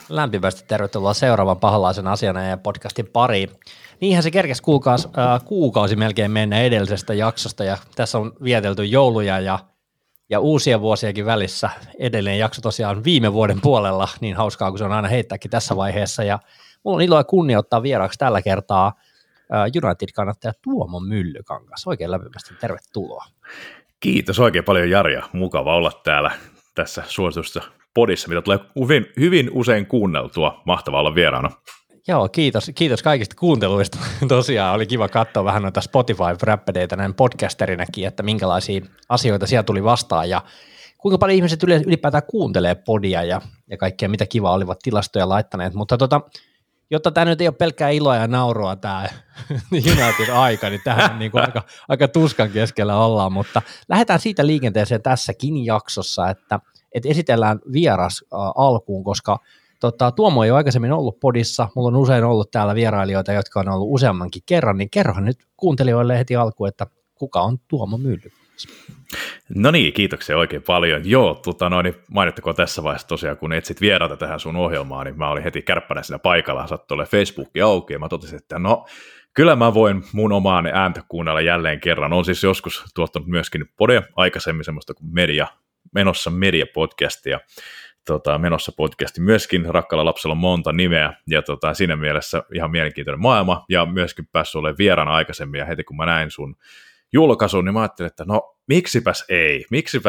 Lämpimästi tervetuloa seuraavan paholaisen asianajajan podcastin pariin. Niinhän se kerkesi kuukausi melkein mennä edellisestä jaksosta ja tässä on vietelty jouluja ja uusia vuosiakin välissä. Edellinen jakso tosiaan viime vuoden puolella, niin hauskaa kuin se on aina heittääkin tässä vaiheessa. Ja mulla on ilo ja kunnia ottaa vieraaksi tällä kertaa United-kannattaja Tuomo Myllykangas. Oikein lämpimästi tervetuloa. Kiitos oikein paljon, Jari, ja mukava olla täällä tässä suositussa podissa, mitä tulee hyvin usein kuunneltua. Mahtavaa olla vieraana. Joo, kiitos kaikista kuunteluista. Tosiaan oli kiva katsoa vähän noita Spotify-räppädeitä näin podcasterinakin, että minkälaisia asioita siellä tuli vastaan ja kuinka paljon ihmiset ylipäätään kuuntelee podia ja kaikkea, mitä kiva olivat tilastoja laittaneet, mutta jotta tämä nyt ei ole pelkkää iloa ja naurua tämä United-aika, niin tämähän on niin kuin aika tuskan keskellä ollaan, mutta lähdetään siitä liikenteeseen tässäkin jaksossa, että esitellään vieras alkuun, koska Tuomo ei ole aikaisemmin ollut podissa, mulla on usein ollut täällä vierailijoita, jotka on ollut useammankin kerran, niin kerrohan nyt kuuntelijoille heti alkuun, että kuka on Tuomo Myllykangas? No niin, kiitoksia oikein paljon. Joo, niin mainittakoon tässä vaiheessa tosiaan, kun etsit vieraita tähän sun ohjelmaan, niin mä olin heti kärppänä siinä paikalla, sattui olemaan Facebookin auki, ja mä totesin, että kyllä mä voin mun omaan ääntä kuunnella jälleen kerran. On siis joskus tuottanut myöskin podia aikaisemmin semmoista kuin menossa media-podcastia, menossa podcasti myöskin, rakkaalla lapsella on monta nimeä, ja siinä mielessä ihan mielenkiintoinen maailma, ja myöskin päässyt olemaan vieraana aikaisemmin, ja heti kun mä näin sun julkaisun, niin mä ajattelin, että miksipäs ei,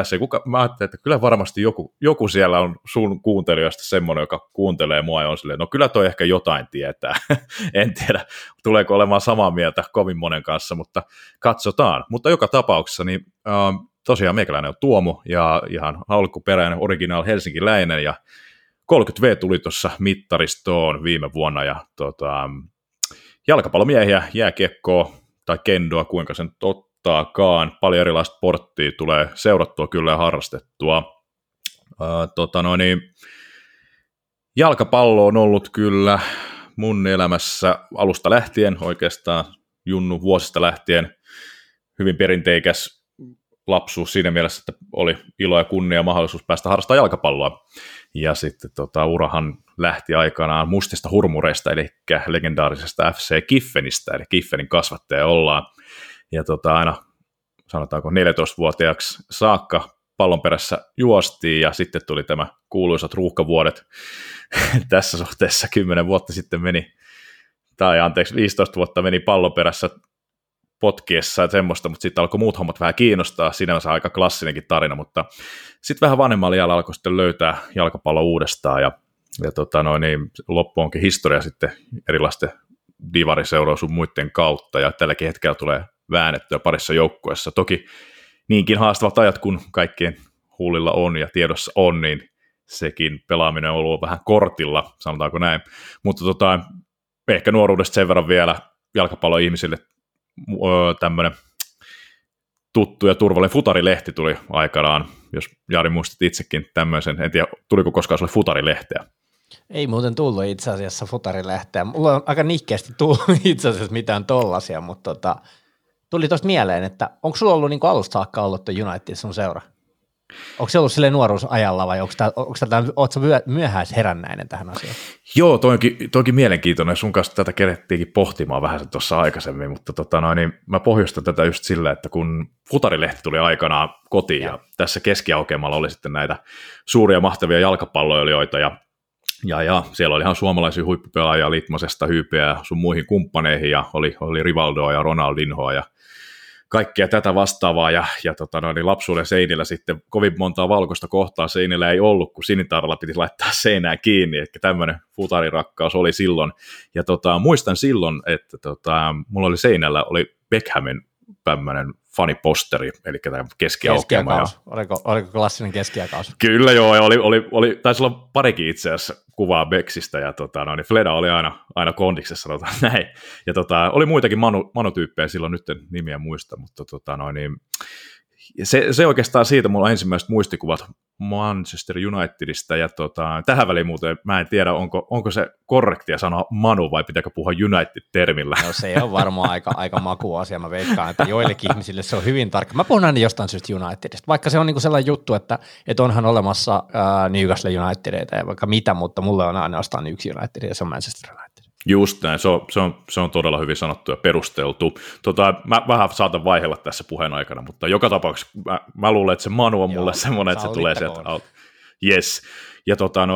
mä ajattelin, että kyllä varmasti joku siellä on sun kuuntelijoista semmoinen, joka kuuntelee mua, ja on silleen, no kyllä toi ehkä jotain tietää, en tiedä, tuleeko olemaan samaa mieltä kovin monen kanssa, mutta katsotaan, mutta joka tapauksessa, niin tosiaan meikäläinen on Tuomo, ja ihan alkuperäinen original helsinkiläinen, ja 30V tuli tuossa mittaristoon viime vuonna, ja jalkapallomiehiä, jääkiekkoa tai kendoa, kuinka sen ottaakaan, paljon erilaista sporttia tulee seurattua kyllä ja harrastettua. Jalkapallo on ollut kyllä mun elämässä alusta lähtien, oikeastaan junnu vuosista lähtien, hyvin perinteikäs lapsuus siinä mielessä, että oli ilo ja kunnia mahdollisuus päästä harrastamaan jalkapalloa. Ja sitten urahan lähti aikanaan mustista hurmureista, eli legendaarisesta FC Kiffenistä, eli Kiffenin kasvattaja ollaan. Ja aina sanotaanko 14-vuotiaaksi saakka pallon perässä juostiin, ja sitten tuli tämä kuuluisat ruuhkavuodet. Tässä suhteessa 10 vuotta sitten 15 vuotta meni pallon perässä potkiessa ja semmoista, mutta sitten alkoi muut hommat vähän kiinnostaa, sinänsä aika klassinenkin tarina, mutta sitten vähän vanhemmalla iällä alkoi sitten löytää jalkapallo uudestaan, ja loppu onkin historia sitten erilaisten divariseuroja sun muiden kautta, ja tälläkin hetkellä tulee väännettyä parissa joukkueessa. Toki niinkin haastavat ajat, kun kaikkien huulilla on ja tiedossa on, niin sekin pelaaminen on ollut vähän kortilla, sanotaanko näin, mutta ehkä nuoruudesta sen verran vielä jalkapalloihmisille tämmöinen tuttu ja turvallinen Futari-lehti tuli aikanaan, jos Jari muistat itsekin tämmöisen, en tiedä, tuliko koskaan sulle Futari-lehteä? Ei muuten tullut itse asiassa Futari-lehteä, mulla on aika nihkeästi tullut itse asiassa mitään tollasia, mutta tuli tuosta mieleen, että onko sulla ollut niin kuin alusta saakka ollut tuo United sun seura? Onko se ollut silleen nuoruusajalla vai ootko sä myöhäisherännäinen tähän asiaan? Joo, toikin mielenkiintoinen. Sun kanssa tätä kerettiinkin pohtimaan vähän tuossa aikaisemmin, mutta mä pohjustan tätä just sillä, että kun Futari-lehti tuli aikanaan kotiin ja tässä keskiaukeamalla oli sitten näitä suuria mahtavia jalkapalloilijoita ja siellä oli ihan suomalaisia huippupelaajia Litmasesta Hyypeä ja sun muihin kumppaneihin ja oli Rivaldoa ja Ronaldinhoa ja kaikkea tätä vastaavaa, ja lapsuuden seinillä sitten kovin montaa valkoista kohtaa seinillä ei ollut, kun sinitarralla piti laittaa seinää kiinni, että tämmöinen futarirakkaus oli silloin, ja muistan silloin, että mulla oli seinällä Beckhamin tämmöinen faniposteri, eli tämä keskiaukeama. Oliko klassinen keskiakaus? Kyllä joo, ja oli taisi olla parikin itse asiassa kuvaa Beksistä, ja Fleda oli aina kondiksessa, sanotaan näin. Ja oli muitakin Manu-tyyppejä, silloin nyt en nimiä muista, mutta se oikeastaan siitä mulla on ensimmäiset muistikuvat Manchester Unitedista, ja tähän väliin muuten mä en tiedä, onko se korrektia sanoa Manu vai pitääkö puhua United-termillä. No se on varmaan aika makuasia, mä veikkaan, että joillekin ihmisille se on hyvin tarkka. Mä puhun aina jostain syystä Unitedista, vaikka se on niinku sellainen juttu, että onhan olemassa Newcastle Unitedeita ja vaikka mitä, mutta mulle on ainoastaan yksi United ja se on Manchester United. Just näin, se on todella hyvin sanottu ja perusteltu. Mä vähän saatan vaihella tässä puheen aikana, mutta joka tapauksessa mä luulen, että se Manu on mulle semmoinen, että se tulee sieltä out. Yes. Ja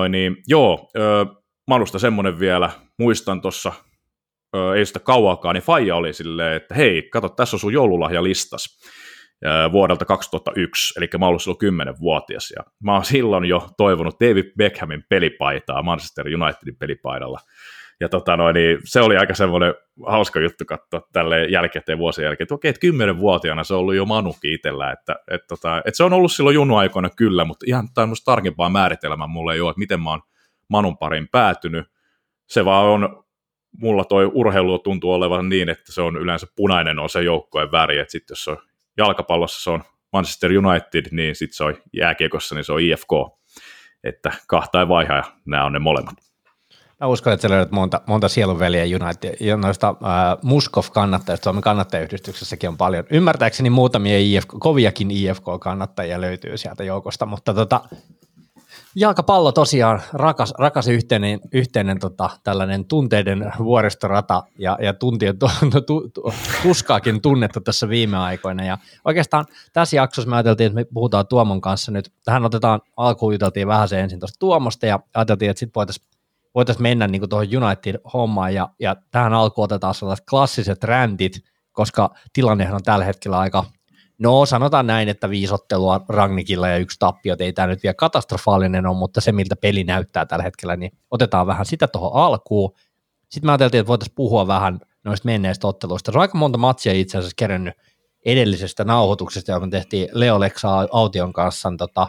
Manusta semmoinen vielä, muistan tuossa, ei sitä kauaakaan, niin Faija oli silleen, että hei, kato, tässä on sun joululahjalistas vuodelta 2001, eli mä oon ollut silloin 10-vuotias, ja mä oon silloin jo toivonut David Beckhamin pelipaitaa Manchester Unitedin pelipaidalla. Ja niin se oli aika semmoinen hauska juttu katsoa tälle jälkikäteen vuosien jälkeen, että okei, että 10-vuotiaana se on ollut jo Manukin itsellä, että se on ollut silloin junuaikoina kyllä, mutta ihan tämmöistä tarkempaa määritelmää mulle ei ole, että miten mä oon Manun pariin päätynyt. Se vaan on, mulla toi urheilu tuntuu olevan niin, että se on yleensä punainen on se joukkueen väri, että sitten jos se on jalkapallossa se on Manchester United, niin sitten se on jääkiekossa, niin se on IFK, että kahta ei vaihaa ja nämä on ne molemmat. Mä uskon, että sä löydät monta sielunveliä United, ja noista Muskov-kannattajista, Suomen kannattajayhdistyksessäkin on paljon. Ymmärtääkseni muutamia koviakin IFK-kannattajia löytyy sieltä joukosta, mutta jalkapallo tosiaan rakas yhteinen tällainen tunteiden vuoristorata ja tuntien tuskaakin tunnettu tässä viime aikoina. Ja oikeastaan tässä jaksossa me ajateltiin, että me puhutaan Tuomon kanssa nyt. Tähän alkuun juteltiin vähän se ensin tuosta Tuomosta ja ajateltiin, että sitten voitaisiin mennä niin kuin tuohon United-hommaan ja tähän alkuun otetaan sellaiset klassiset räntit, koska tilannehan on tällä hetkellä aika, no sanotaan näin, että 5 ottelua Rangnickilla ja 1 tappio, ei tämä nyt vielä katastrofaalinen ole, mutta se miltä peli näyttää tällä hetkellä, niin otetaan vähän sitä tuohon alkuun. Sitten me ajateltiin, että voitaisiin puhua vähän noista menneistä otteluista. Se on aika monta matsia itse asiassa kerennyt edellisestä nauhoituksesta, joka me tehtiin Leo Leksa Aution kanssa,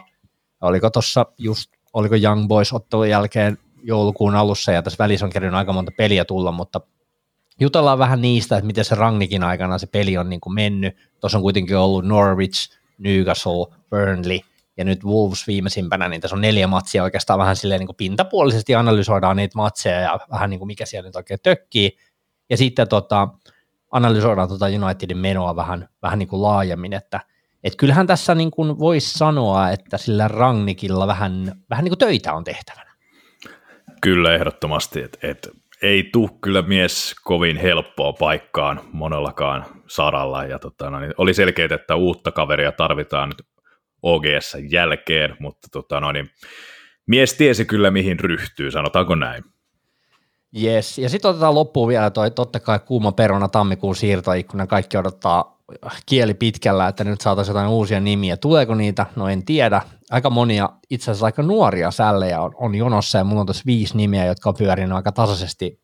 oliko Young Boys ottelun jälkeen joulukuun alussa, ja tässä välissä on kerännyt aika monta peliä tulla, mutta jutellaan vähän niistä, että miten se Rangnickin aikana se peli on niin kuin mennyt. Tuossa on kuitenkin ollut Norwich, Newcastle, Burnley, ja nyt Wolves viimeisimpänä, niin tässä on 4 matsia oikeastaan vähän silleen niin kuin pintapuolisesti analysoidaan niitä matseja, ja vähän niin kuin mikä siellä nyt oikein tökkii, ja sitten analysoidaan Unitedin menoa vähän niin kuin laajemmin, että kyllähän tässä niin kuin voisi sanoa, että sillä Rangnickilla vähän niin kuin töitä on tehtävänä. Kyllä ehdottomasti, että ei tule kyllä mies kovin helppoa paikkaan monellakaan saralla, ja niin oli selkeää, että uutta kaveria tarvitaan nyt OGS jälkeen, mutta niin mies tiesi kyllä mihin ryhtyy, sanotaanko näin. Jes, ja sitten otetaan loppuun vielä totta kai kuuma peruna tammikuun siirtoikkuna, kaikki odottaa kieli pitkällä, että nyt saataisiin jotain uusia nimiä. Tuleeko niitä? No en tiedä. Aika monia, itse asiassa aika nuoria sällejä on jonossa, ja mulla on tuossa 5 nimeä, jotka on pyörinyt aika tasaisesti.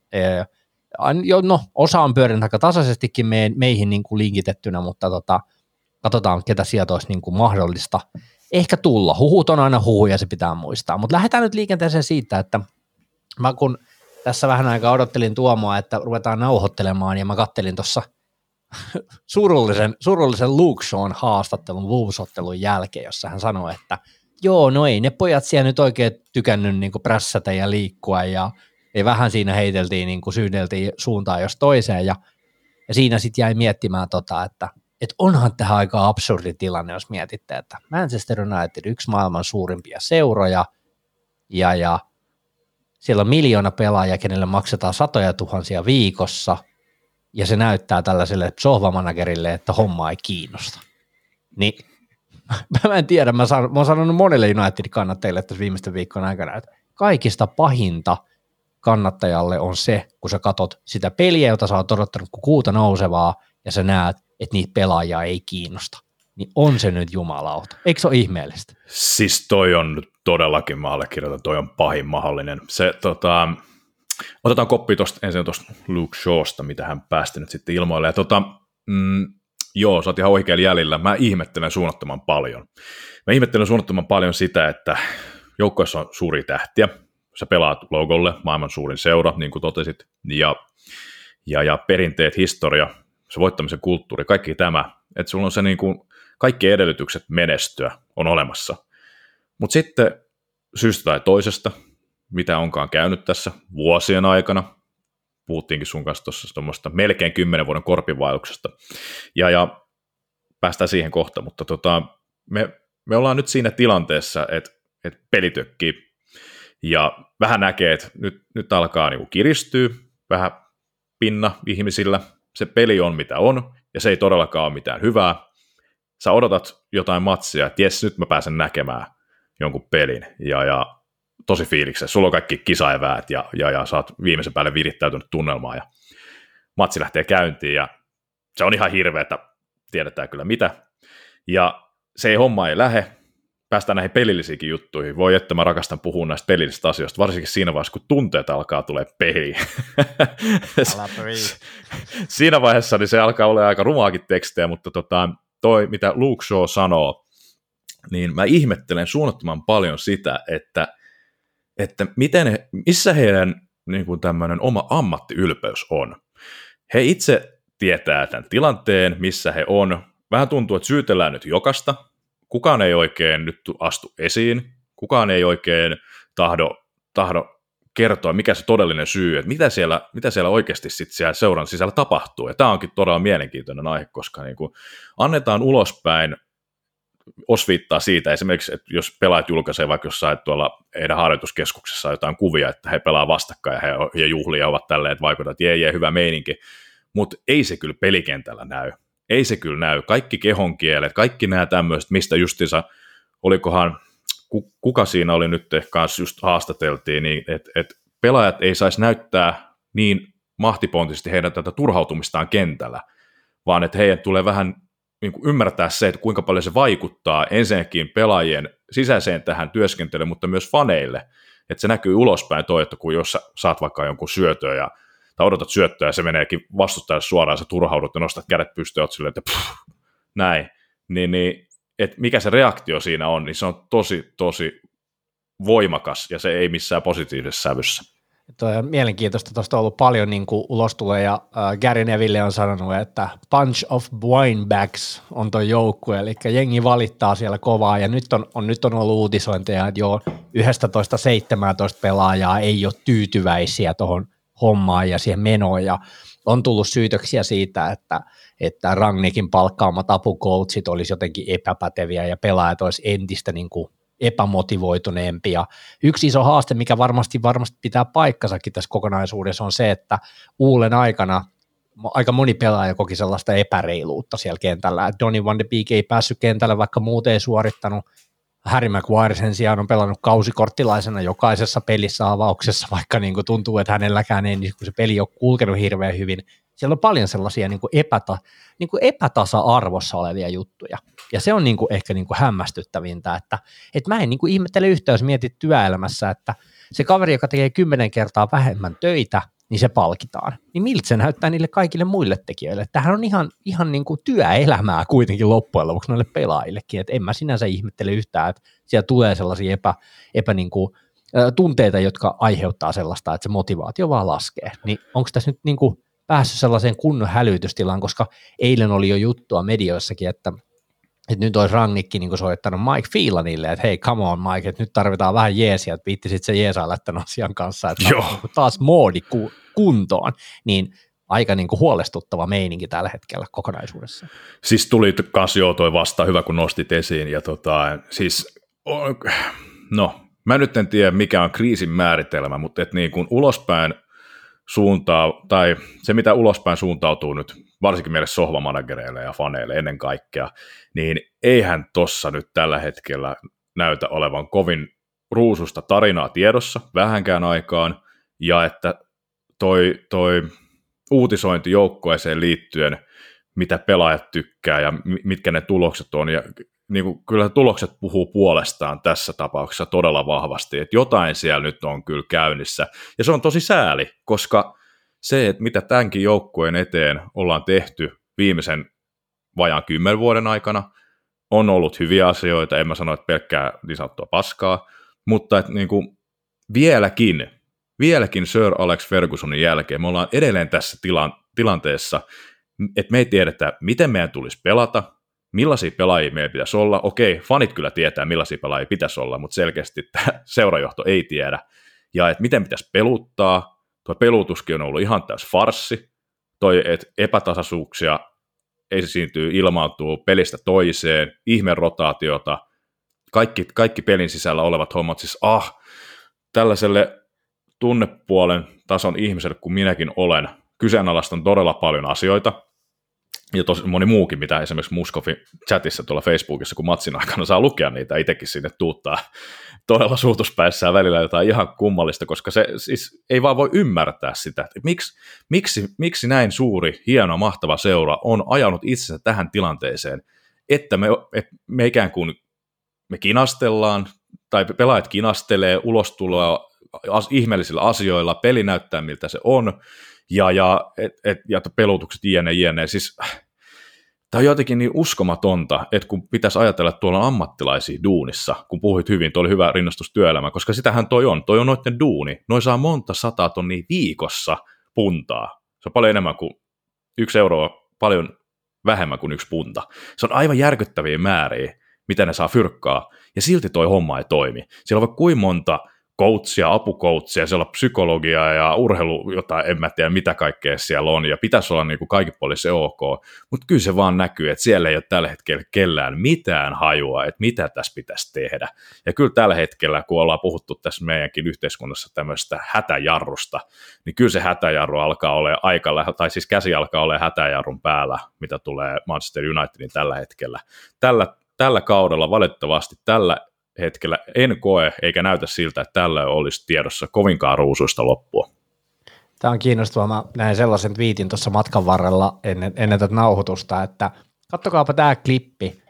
Osa on pyörinyt aika tasaisestikin meihin niin kuin linkitettynä, mutta katsotaan, ketä sieltä olisi niin kuin mahdollista ehkä tulla. Huhut on aina huhuja, se pitää muistaa. Mutta lähdetään nyt liikenteeseen siitä, että mä kun tässä vähän aikaa odottelin Tuomoa, että ruvetaan nauhoittelemaan, ja mä kattelin tuossa surullisen Luke Shawn haastattelun Wolves-ottelun jälkeen, jossa hän sanoi, että joo, no ei ne pojat siellä nyt oikein tykännyt niin kuin prässätä ja liikkua, ja vähän siinä heiteltiin, niin kuin syydeltiin suuntaan jos toiseen, ja siinä sitten jäi miettimään, että onhan tähän aika absurdi tilanne, jos mietitte, että Manchester United, yksi maailman suurimpia seuroja, ja siellä on 1 miljoona pelaajia, kenelle maksetaan 100 000 viikossa, ja se näyttää tällaiselle sohvamanagerille, että homma ei kiinnosta. Niin mä en tiedä, mä oon sanonut monelle United-kannattajille tässä viimeisten viikkojen aikana, että kaikista pahinta kannattajalle on se, kun sä katot sitä peliä, jota sä oot odottanut kuin kuuta nousevaa, ja sä näet, että niitä pelaajia ei kiinnosta. Niin on se nyt jumalauta. Eikö se ole ihmeellistä? Siis toi on todellakin, mä allekirjoitan, toi on pahin mahdollinen. Se otetaan koppi ensin tuosta Luke Shawsta, mitä hän päästi nyt sitten ilmoille. Joo, sä oot ihan oikealla jäljellä. Mä ihmettelen suunnattoman paljon sitä, että joukkueessa on suuria tähtiä. Sä pelaat logolle, maailman suurin seura, niin kuin totesit, ja perinteet, historia, se voittamisen kulttuuri, kaikki tämä. Että sulla on se niin kuin kaikki edellytykset menestyä on olemassa. Mutta sitten syystä tai toisesta, mitä onkaan käynyt tässä vuosien aikana, puhuttiinkin sun kanssa tuossa melkein 10 vuoden korpivaelluksesta, ja päästään siihen kohta, mutta me ollaan nyt siinä tilanteessa, että peli tökkii, ja vähän näkee, että nyt alkaa niinku kiristyä, vähän pinna ihmisillä, se peli on mitä on, ja se ei todellakaan ole mitään hyvää. Sä odotat jotain matsia, että jes, nyt mä pääsen näkemään jonkun pelin, ja tosi fiiliksessä. Sulla on kaikki kisaeväät, ja sä oot viimeisen päälle virittäytynyt tunnelmaan, ja matsi lähtee käyntiin, ja se on ihan hirveetä, tiedetään kyllä mitä. Ja se homma ei lähe, päästään näihin pelillisiinkin juttuihin. Voi että mä rakastan puhua näistä pelillisistä asioista, varsinkin siinä vaiheessa, kun tunteet alkaa tulee peliin. Siinä vaiheessa niin se alkaa olla aika rumaakin tekstejä, mutta toi, mitä Luke Shaw sanoo, niin mä ihmettelen suunnattoman paljon sitä, että missä heidän niin kuin tämmöinen oma ammattiylpeys on. He itse tietää tämän tilanteen, missä he on. Vähän tuntuu, että syytellään nyt jokasta. Kukaan ei oikein nyt astu esiin. Kukaan ei oikein tahdo kertoa, mikä se todellinen syy, että mitä siellä oikeasti sit siellä seuran sisällä tapahtuu. Ja tämä onkin todella mielenkiintoinen aihe, koska niin kuin annetaan ulospäin osviittaa siitä esimerkiksi, että jos pelaajat julkaisee vaikka jossain tuolla heidän harjoituskeskuksessa jotain kuvia, että he pelaa vastakkain ja he juhlia ovat tälleen, että vaikutat, että jee, hyvä meininki, mutta ei se kyllä pelikentällä näy. Ei se kyllä näy. Kaikki kehonkielet, kaikki nämä tämmöiset, mistä justiinsa, olikohan, kuka siinä oli nyt kanssa just haastateltiin, niin että pelaajat ei saisi näyttää niin mahtipontisesti heidän tätä turhautumistaan kentällä, vaan että heidän tulee vähän niin kuin ymmärtää se, että kuinka paljon se vaikuttaa ensinnäkin pelaajien sisäiseen tähän työskentelyyn, mutta myös faneille, että se näkyy ulospäin toi, että kun jos sä saat vaikka jonkun syötöä tai odotat syöttöä ja se meneekin vastustajalle suoraan, sä turhaudut ja nostat kädet pystyyn, oot silleen, että näin, niin että mikä se reaktio siinä on, niin se on tosi, tosi voimakas ja se ei missään positiivisessa sävyssä. Tuo on mielenkiintoista, tuosta on ollut paljon niin kuin ulostuloja, ja Gary Neville on sanonut, että bunch of winebags on tuo joukkue, eli jengi valittaa siellä kovaa, ja nyt on ollut uutisointeja, että joo, 11-17 pelaajaa ei ole tyytyväisiä tuohon hommaan ja siihen menoon, ja on tullut syytöksiä siitä, että Rangnickin palkkaamat apukoutsit olisi jotenkin epäpäteviä, ja pelaajat olisi entistä niin kuin epämotivoituneempi, ja yksi iso haaste, mikä varmasti pitää paikkansakin tässä kokonaisuudessa, on se, että Uulen aikana aika moni pelaaja koki sellaista epäreiluutta siellä kentällä. Donny van de Beek ei päässyt kentälle, vaikka muuten ei suorittanut. Harry Maguire sen sijaan on pelannut kausikorttilaisena jokaisessa pelissä avauksessa, vaikka niin kuin tuntuu, että hänelläkään ei, kun se peli on kulkenut hirveän hyvin. Siellä on paljon sellaisia niin kuin epätasa-arvossa olevia juttuja. Ja se on niin kuin ehkä niin kuin hämmästyttävintä, että mä en niin kuin ihmettele yhtään, jos mietit työelämässä, että se kaveri, joka tekee 10 kertaa vähemmän töitä, niin se palkitaan. Niin miltä se näyttää niille kaikille muille tekijöille? Tämähän on ihan niin kuin työelämää kuitenkin loppujen lopuksi noille pelaajillekin, että en mä sinänsä ihmettele yhtään, että siellä tulee sellaisia niin kuin tunteita, jotka aiheuttaa sellaista, että se motivaatio vaan laskee. Niin onko tässä nyt niin kuin päässyt sellaiseen kunnon hälytystilaan, koska eilen oli jo juttua medioissakin, että nyt olisi Rangnick niin soittanut Mike Phelanille, että hei, come on Mike, että nyt tarvitaan vähän jeesiä, että viittisit se jeesailla tämän asian kanssa, että taas moodi kuntoon, niin aika niin kuin huolestuttava meininki tällä hetkellä kokonaisuudessa. Siis tuli kans toi vastaan, hyvä kun nostit esiin, ja mä nyt en tiedä mikä on kriisin määritelmä, mutta että niin kuin ulospäin tai se mitä ulospäin suuntautuu nyt, varsinkin meille sohvamanagereille ja faneille ennen kaikkea, niin eihän tossa nyt tällä hetkellä näytä olevan kovin ruususta tarinaa tiedossa vähänkään aikaan, ja että toi uutisointi joukkueeseen liittyen, mitä pelaajat tykkää ja mitkä ne tulokset on, ja niin kuin, kyllä tulokset puhuu puolestaan tässä tapauksessa todella vahvasti, että jotain siellä nyt on kyllä käynnissä, ja se on tosi sääli, koska se, että mitä tämänkin joukkueen eteen ollaan tehty viimeisen vajaan 10 vuoden aikana, on ollut hyviä asioita, en mä sano, että pelkkää niin sanottua paskaa, mutta että niin kuin vieläkin Sir Alex Fergusonin jälkeen me ollaan edelleen tässä tilanteessa, että me ei tiedetä, miten meidän tulisi pelata, millaisia pelaajia meillä pitäisi olla. Okei, fanit kyllä tietää, millaisia pelaajia pitäisi olla, mutta selkeästi tämä seurajohto ei tiedä. Ja että miten pitäisi peluttaa. Tuo pelutuskin on ollut ihan täys farssi. Että epätasaisuuksia esiintyy, ilmaantuu pelistä toiseen, ihmerotaatiota, kaikki pelin sisällä olevat hommat. Siis tällaiselle tunnepuolen tason ihmiselle, kun minäkin olen, kyseenalaistan todella paljon asioita. Ja tosi moni muukin, mitä esimerkiksi Muskoffin chatissa tuolla Facebookissa, kun matsin aikana saa lukea niitä, itsekin sinne tuuttaa todella suutuspäissään välillä jotain ihan kummallista, koska se siis ei vaan voi ymmärtää sitä, että miksi näin suuri, hieno, mahtava seura on ajanut itsensä tähän tilanteeseen, että me ikään kuin me kinastellaan, tai pelaajat kinastelee, ulostuloa ihmeellisillä asioilla, peli näyttää miltä se on, ja pelutukset jne. Siis tämä on jotenkin niin uskomatonta, että kun pitäisi ajatella, että tuolla on ammattilaisia duunissa, kun puhuit hyvin, tuo oli hyvä rinnastus työelämään, koska sitähän toi on noiden duuni. Noi saa monta 100 tonnia viikossa puntaa. Se on paljon enemmän kuin 1 euroa, paljon vähemmän kuin 1 punta. Se on aivan järkyttäviä määriä, mitä ne saa fyrkkaa, ja silti toi homma ei toimi. Siellä on vaikka kuinka monta coachia, apukoutsia, siellä on psykologiaa ja urheilu, jota en mä tiedä mitä kaikkea siellä on, ja pitäisi olla niin kuin kaikin puolin se ok, mutta kyllä se vaan näkyy, että siellä ei ole tällä hetkellä kellään mitään hajua, että mitä tässä pitäisi tehdä. Ja kyllä tällä hetkellä, kun ollaan puhuttu tässä meidänkin yhteiskunnassa tämmöistä hätäjarrusta, niin kyllä se hätäjarru alkaa olla tai siis käsi alkaa olla hätäjarrun päällä, mitä tulee Manchester Unitedin tällä hetkellä. Tällä kaudella valitettavasti tällä hetkellä en koe, eikä näytä siltä, että tällä olisi tiedossa kovinkaan ruusuista loppua. Tämä on kiinnostavaa. Mä näin sellaisen twiitin tuossa matkan varrella ennen tätä nauhoitusta, että kattokaapa tämä klippi.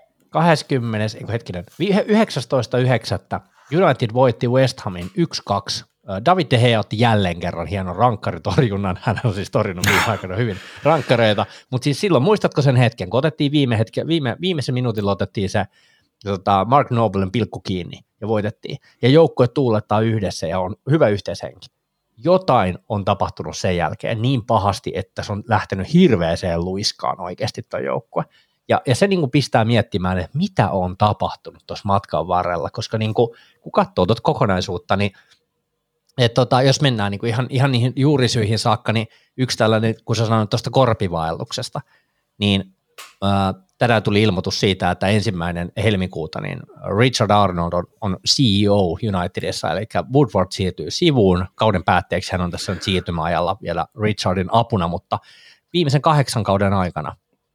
19.9. United voitti West Hamin 1-2. David De Gea otti jälleen kerran hienon rankkaritorjunnan. Hän on siis torjunut viime aikana hyvin rankkareita. Mutta siis silloin, muistatko sen hetken, kun otettiin viimeisen minuutilla otettiin se Mark Noblen pilkku kiinni ja voitettiin. Ja joukkue tuulettaa yhdessä ja on hyvä yhteishenki. Jotain on tapahtunut sen jälkeen niin pahasti, että se on lähtenyt hirveäseen luiskaan oikeasti tuo joukkue. Ja se niin kuin pistää miettimään, että mitä on tapahtunut tuossa matkan varrella, koska niin kuin, kun katsoo tuota kokonaisuutta, niin että jos mennään niin kuin ihan niihin juurisyihin saakka, niin yksi tällainen, kun sä sanoit tuosta korpivaelluksesta, niin tänään tuli ilmoitus siitä, että 1. helmikuuta niin Richard Arnold on CEO Unitedissa, eli Woodward siirtyy sivuun. Kauden päätteeksi hän on tässä nyt siirtymäajalla vielä Richardin apuna, mutta viimeisen 8 kauden aikana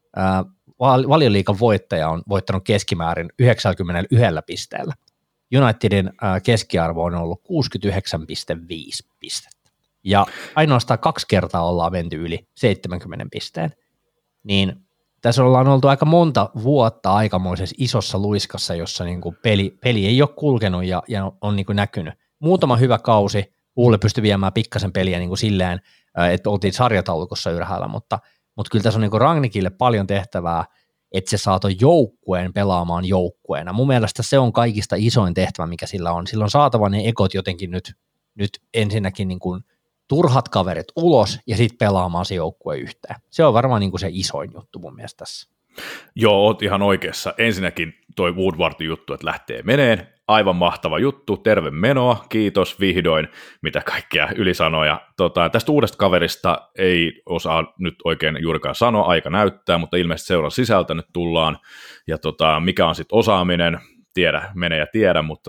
Valioliigan voittaja on voittanut keskimäärin 91 pisteellä. Unitedin keskiarvo on ollut 69,5 pistettä. Ja ainoastaan 2 kertaa ollaan menty yli 70 pisteen. Niin tässä ollaan oltu aika monta vuotta aikamoisessa isossa luiskassa, jossa niin kuin peli ei ole kulkenut ja on niin kuin näkynyt. Muutama hyvä kausi, Ulle pystyi viemään pikkasen peliä niin kuin silleen, että oltiin sarjataulukossa ylhäällä, mutta kyllä tässä on niin kuin Rangnickille paljon tehtävää, että se saa ton joukkueen pelaamaan joukkueena. Mun mielestä se on kaikista isoin tehtävä, mikä sillä on. Sillä on saatava ne ekot jotenkin nyt ensinnäkin niin kuin turhat kaverit ulos ja sitten pelaamaan se joukkue yhteen. Se on varmaan niin kuin se isoin juttu mun mielestä tässä. Joo, oot ihan oikeassa. Ensinnäkin toi Woodwardin juttu, että lähtee meneen. Aivan mahtava juttu, terve menoa, kiitos vihdoin, mitä kaikkea ylisanoja. Tästä uudesta kaverista ei osaa nyt oikein juurikaan sanoa, aika näyttää, mutta ilmeisesti seuran sisältä nyt tullaan. Ja mikä on sitten osaaminen, mene ja tiedä, mutta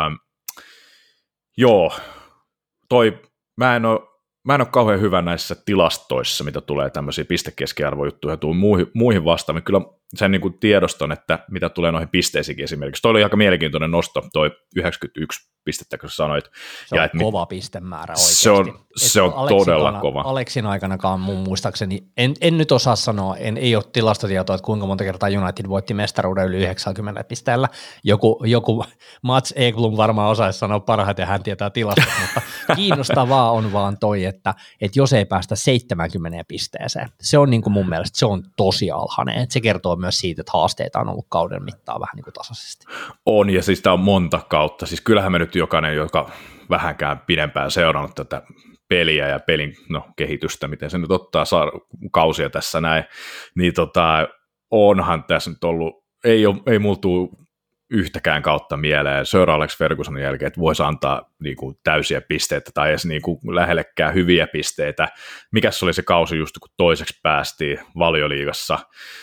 joo, mä en ole kauhean hyvä näissä tilastoissa, mitä tulee tämmöisiä pistekeskiarvojuttuja ja muihin vastaan. Kyllä sen niin kuin tiedoston, että mitä tulee noihin pisteisiinkin esimerkiksi. Toi oli aika mielenkiintoinen nosto, toi 91 pistettä, kun sanoit. Se on kova pistemäärä oikeasti. Se on todella kova. Aleksin aikanakaan mun muistaakseni, en nyt osaa sanoa, ei ole tilastotietoa, että kuinka monta kertaa United voitti mestaruuden yli 90 pisteellä. Joku Mats Ekblom varmaan osaisi sanoa parhaiten, hän tietää tilastot, mutta kiinnostavaa on vaan toi, että jos ei päästä 70 pisteeseen, se on niin kuin mun mielestä se on tosi alhainen, että se kertoo myös siitä, että haasteita on ollut kauden mittaan vähän niin kuin tasaisesti. On, ja siis tämä on monta kautta. Siis kyllähän me nyt jokainen, joka vähänkään pidempään seurannut tätä peliä ja pelin kehitystä, miten se nyt ottaa kausia tässä näin, niin onhan tässä nyt ollut ei mulla tule yhtäkään kautta mieleen Sir Alex Fergusonin jälkeen, että voisi antaa niin kuin täysiä pisteitä tai edes niin kuin lähellekään hyviä pisteitä. Mikäs oli se kausi just, kun toiseksi päästiin Valioliigassa?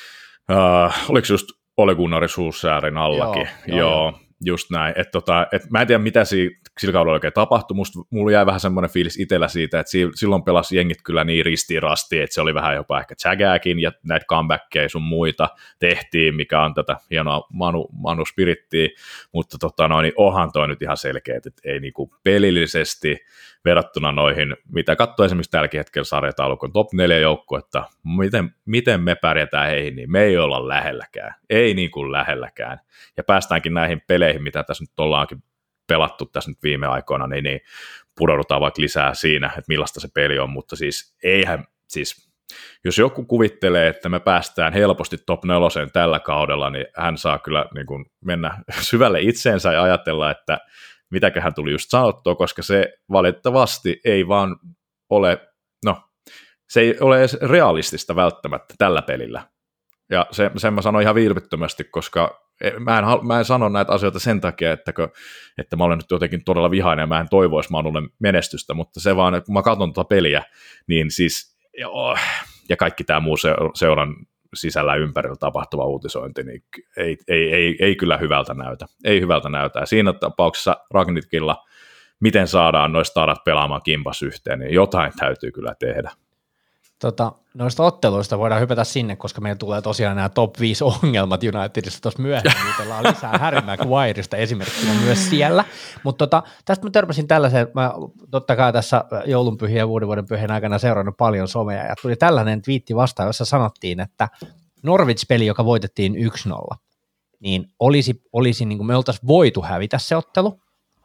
Oliko just Ole Gunnar Solskjærin allakin? Joo. Just näin. Mä en tiedä, mitä sillä kaudella oikein tapahtui. Mulla jäi vähän semmoinen fiilis itsellä siitä, että silloin pelasi jengit kyllä niin ristiin rastiin, että se oli vähän jopa ehkä jägääkin, ja näitä comebackkejä sun muita tehtiin, mikä on tätä hienoa Manu Spirittiä, mutta niin onhan toi nyt ihan selkeä, että ei niinku pelillisesti verrattuna noihin, mitä katsoo esimerkiksi tälläkin hetkellä sarjataulukon top 4 joukkuetta, miten me pärjätään heihin, niin me ei olla lähelläkään, ei niin kuin lähelläkään, ja päästäänkin näihin peleihin, mitä tässä nyt ollaankin pelattu tässä nyt viime aikoina, niin pudoudutaan vaikka lisää siinä, että millaista se peli on, mutta siis eihän, siis jos joku kuvittelee, että me päästään helposti top 4 tällä kaudella, niin hän saa kyllä niin kuin mennä syvälle itseensä ja ajatella, että mitäköhän tuli just sanottua, koska se valitettavasti ei vaan ole, se ei ole edes realistista välttämättä tällä pelillä. Ja sen mä sanon ihan vilpittömästi, koska mä en sano näitä asioita sen takia, että mä olen nyt jotenkin todella vihainen ja mä en toivoisi Manulle menestystä, mutta se vaan, että kun mä katson tuota peliä, niin siis, ja kaikki tämä muu seuran sisällä ympärillä tapahtuva uutisointi, niin ei kyllä hyvältä näytä. Ei hyvältä näytä. Ja siinä tapauksessa Ragnikilla, miten saadaan noista starat pelaamaan kimpas yhteen, niin jotain täytyy kyllä tehdä. Noista otteluista voidaan hypätä sinne, koska meillä tulee tosiaan nämä top 5 ongelmat Unitedissa tuossa myöhemmin, jutellaan lisää Harry Maguireista esimerkkinä myös siellä, mutta tästä mä törmäsin tällaiseen, mä totta kai tässä joulunpyhien ja uuden pyhien aikana seurannut paljon somea, ja tuli tällainen twiitti vastaan, jossa sanottiin, että Norwich-peli, joka voitettiin 1-0, niin olisi niin kuin me oltaisiin voitu hävitä se ottelu,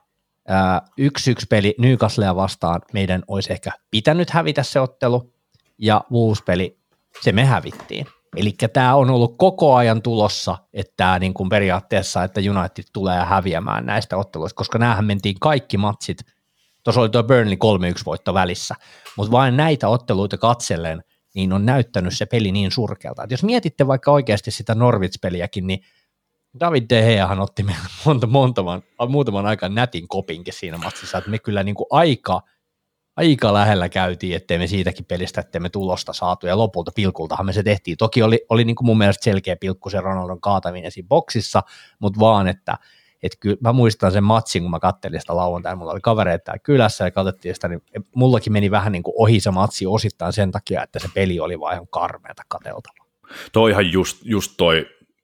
1-1 peli Newcastlea vastaan meidän olisi ehkä pitänyt hävitä se ottelu, ja Wolves-peli, se me hävittiin. Eli tämä on ollut koko ajan tulossa, että tämä niin kuin periaatteessa, että United tulee häviämään näistä otteluista, koska näähän mentiin kaikki matsit, tuossa oli tuo Burnley 3-1 voitto välissä, mutta vain näitä otteluita katsellen, niin on näyttänyt se peli niin surkealta. Et jos mietitte vaikka oikeasti sitä Norwich-peliäkin, niin David De Geahan otti muutaman aikaan nätin kopinkin siinä matsissa, että me kyllä niin kuin aika lähellä käytiin, ettei me siitäkin pelistä, ettei me tulosta saatu, ja lopulta pilkultahan me se tehtiin. Toki oli niin kuin mun mielestä selkeä pilkku se Ronaldon kaataminen siinä boksissa, mutta vaan, että kyllä mä muistan sen matsin, kun mä kattelin sitä lauantaina, mulla oli kavereita täällä kylässä ja katsottiin sitä, niin mullakin meni vähän niin kuin ohi se matsi osittain sen takia, että se peli oli vaan ihan karmeata katseltavaa. Toihan just toi,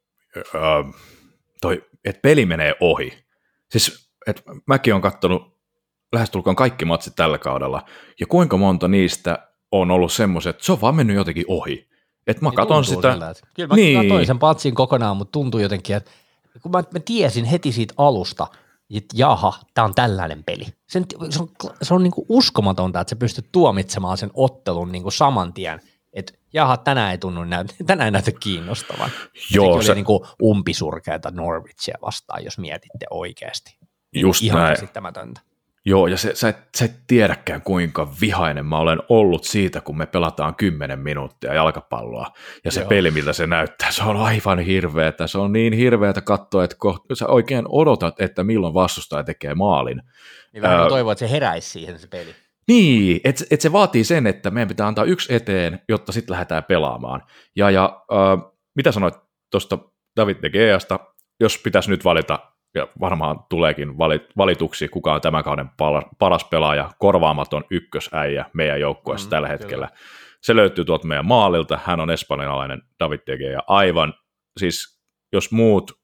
että peli menee ohi. Siis, että mäkin olen katsonut lähestulkoon kaikki matsit tällä kaudella, ja kuinka monta niistä on ollut semmoiset, että se on vaan mennyt jotenkin ohi. Että mä katon sitä. Kyllä mä katsoin sen patsin kokonaan, mutta tuntuu jotenkin, että kun mä tiesin heti siitä alusta, että jaha, tää on tällainen peli. Se on niin kuin uskomatonta, että sä pystyt tuomitsemaan sen ottelun niin kuin saman tien, että jaha, tänään ei näytä kiinnostavan. Joo, se oli niin kuin umpisurkeata Norwichia vastaan, jos mietitte oikeasti. Just ihan näin. käsittämätöntä. Joo, ja sä et tiedäkään, kuinka vihainen mä olen ollut siitä, kun me pelataan 10 minuuttia jalkapalloa, ja se peli, miltä se näyttää, se on aivan hirveätä. Se on niin hirveätä katsoa, että sä oikein odotat, että milloin vastustaja tekee maalin. Niin vähän toivoo, että se heräisi siihen se peli. Niin, että se vaatii sen, että meidän pitää antaa yksi eteen, jotta sitten lähdetään pelaamaan. Ja mitä sanoit tuosta David De Geasta, jos pitäisi nyt valita, ja varmaan tuleekin valituksi, kuka on tämän kauden paras pelaaja, korvaamaton ykkösäijä meidän joukkueessa tällä hetkellä. Kyllä. Se löytyy tuolta meidän maalilta, hän on espanjalainen David De Gea, aivan, siis jos muut,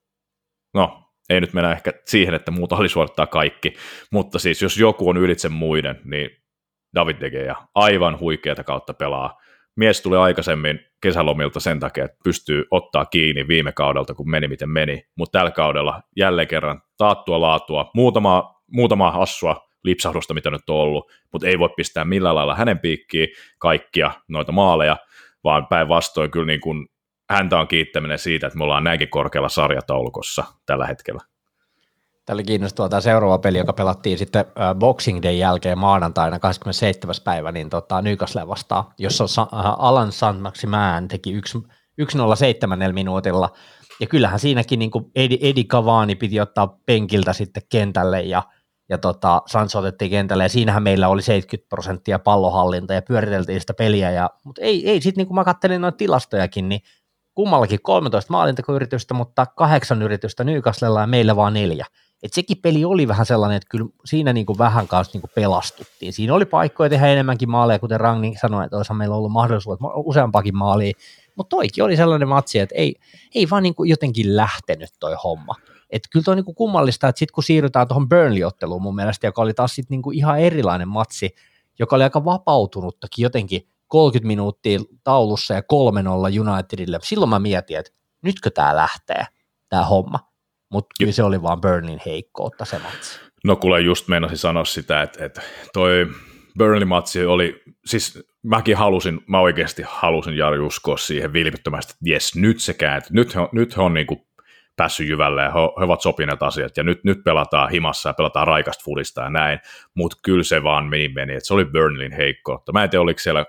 ei nyt mennä ehkä siihen, että muut alisuorittaa kaikki, mutta siis jos joku on ylitse muiden, niin David De Gea aivan huikeata kautta pelaa. Mies tuli aikaisemmin kesälomilta sen takia, että pystyy ottaa kiinni viime kaudelta, kun meni miten meni, mutta tällä kaudella jälleen kerran taattua laatua, muutama hassua lipsahdusta, mitä nyt on ollut, mutta ei voi pistää millään lailla hänen piikkiin kaikkia noita maaleja, vaan päinvastoin kyllä niin kuin häntä on kiittäminen siitä, että me ollaan näinkin korkealla sarjataulukossa tällä hetkellä. Tämä oli kiinnostavaa tämä seuraava peli, joka pelattiin sitten Boxing Day jälkeen maanantaina 27. päivä, niin Newcastle vastaan, jossa Alan Saint-Maximin teki 1-0 7 minuutilla. Ja kyllähän siinäkin niin kuin Edi Cavani piti ottaa penkiltä sitten kentälle ja Sancho otettiin kentälle ja siinähän meillä oli 70% pallonhallinta ja pyöriteltiin sitä peliä, mutta ei sitten niin kuin mä katselin noita tilastojakin, niin kummallakin 13 maalintekoyritystä, mutta 8 yritystä Newcastlella ja meillä vaan 4. Et sekin peli oli vähän sellainen, että kyllä siinä niin kuin vähän kanssa niin kuin pelastuttiin. Siinä oli paikkoja tehdä enemmänkin maaleja, kuten Ragni sanoi, että olisihan meillä ollut mahdollisuus useampakin maalia, mutta toikin oli sellainen matsi, että ei vaan niin kuin jotenkin lähtenyt toi homma. Että kyllä toi on niin kuin kummallista, että sitten kun siirrytään tuohon Burnley-otteluun mun mielestä, joka oli taas sitten niin kuin ihan erilainen matsi, joka oli aika vapautunuttakin jotenkin 30 minuuttia taulussa ja 3-0 Unitedille. Silloin mä mietin, että nytkö tää lähtee, tää homma. Mutta kyllä se oli vaan Burnleyn heikkoutta se matsi. No kuule, just meinasin sanoa sitä, että toi Burnley-matsi oli, siis mä oikeasti halusin Jari uskoa siihen vilpittömästi, että jes, nyt se kääntyy, nyt he on niinku päässyt jyvälle ja he ovat sopineet asiat ja nyt pelataan himassa ja pelataan raikasta fudista ja näin, mutta kyllä se vaan meni, että se oli Burnleyn heikkoutta. Mä en tiedä, oliko siellä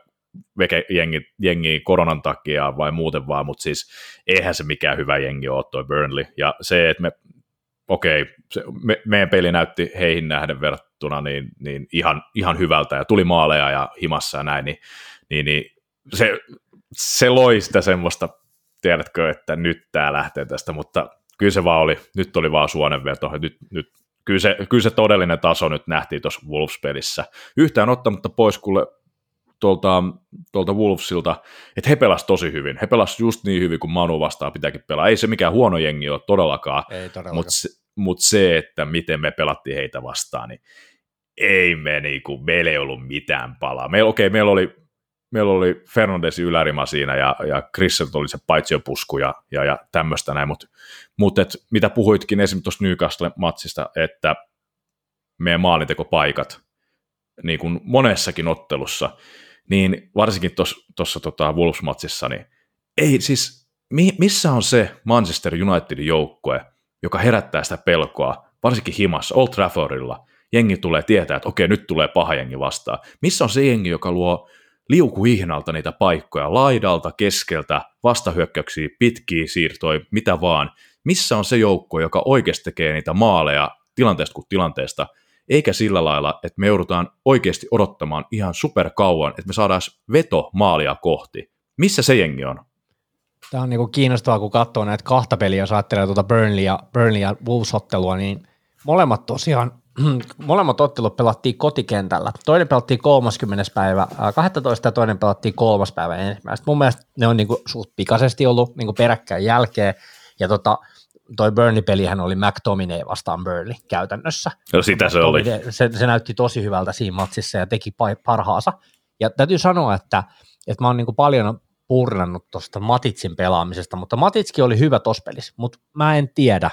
jengi koronan takia vai muuten vaan, mutta siis eihän se mikään hyvä jengi ole toi Burnley ja se, että meidän peli näytti heihin nähden verrattuna niin ihan hyvältä ja tuli maaleja ja himassa ja näin, niin se loi sitä semmoista, tiedätkö, että nyt tää lähtee tästä, mutta kyllä se vaan oli, nyt oli vaan suonenveto, nyt kyllä se todellinen taso nyt nähtiin tuossa Wolves-pelissä. Yhtään ottamatta pois kuule tuolta Wolvesilta, että he pelasivat tosi hyvin. He pelasivat just niin hyvin kuin Manu vastaan pitääkin pelaa. Ei se mikään huono jengi ole todellakaan, mutta se, että miten me pelattiin heitä vastaan, niin meillä ei ollut mitään palaa. Meillä oli Fernandesin ylärima siinä ja Chrisselt oli se paitsiopusku ja tämmöistä näin, mutta mitä puhuitkin esimerkiksi tuossa Newcastle-matsista, että meidän maalintekopaikat niin kuin monessakin ottelussa, niin varsinkin tuossa Wolves-matsissa, niin ei siis, missä on se Manchester Unitedin joukkue, joka herättää sitä pelkoa, varsinkin himassa, Old Traffordilla, jengi tulee tietää, että okei, nyt tulee paha jengi vastaan. Missä on se jengi, joka luo liukuhihnalta niitä paikkoja, laidalta, keskeltä, vastahyökkäyksiä, pitkiä siirtoja, mitä vaan. Missä on se joukkue, joka oikeasti tekee niitä maaleja tilanteesta kuin tilanteesta, eikä sillä lailla, että me joudutaan oikeasti odottamaan ihan superkauan, että me saadaan veto maalia kohti. Missä se jengi on? Tämä on niinku kiinnostavaa, kun katsoo näitä kahta peliä, jos ajattelee Burnley ja Wolves-ottelua, niin molemmat ottelut pelattiin kotikentällä. Toinen pelattiin 30. päivä 12 ja toinen pelattiin 3. päivä 1. Mun mielestä ne on niinku suht pikaisesti ollut niinku peräkkäin jälkeen, ja toi Burnley-pelihän oli McTominay vastaan Burnley käytännössä. No sitä se oli. Se näytti tosi hyvältä siinä matsissa ja teki parhaansa. Ja täytyy sanoa, että mä oon niinku paljon purnannut tuosta Matitsin pelaamisesta, mutta Matitskin oli hyvä tossa pelissä, mutta mä en tiedä,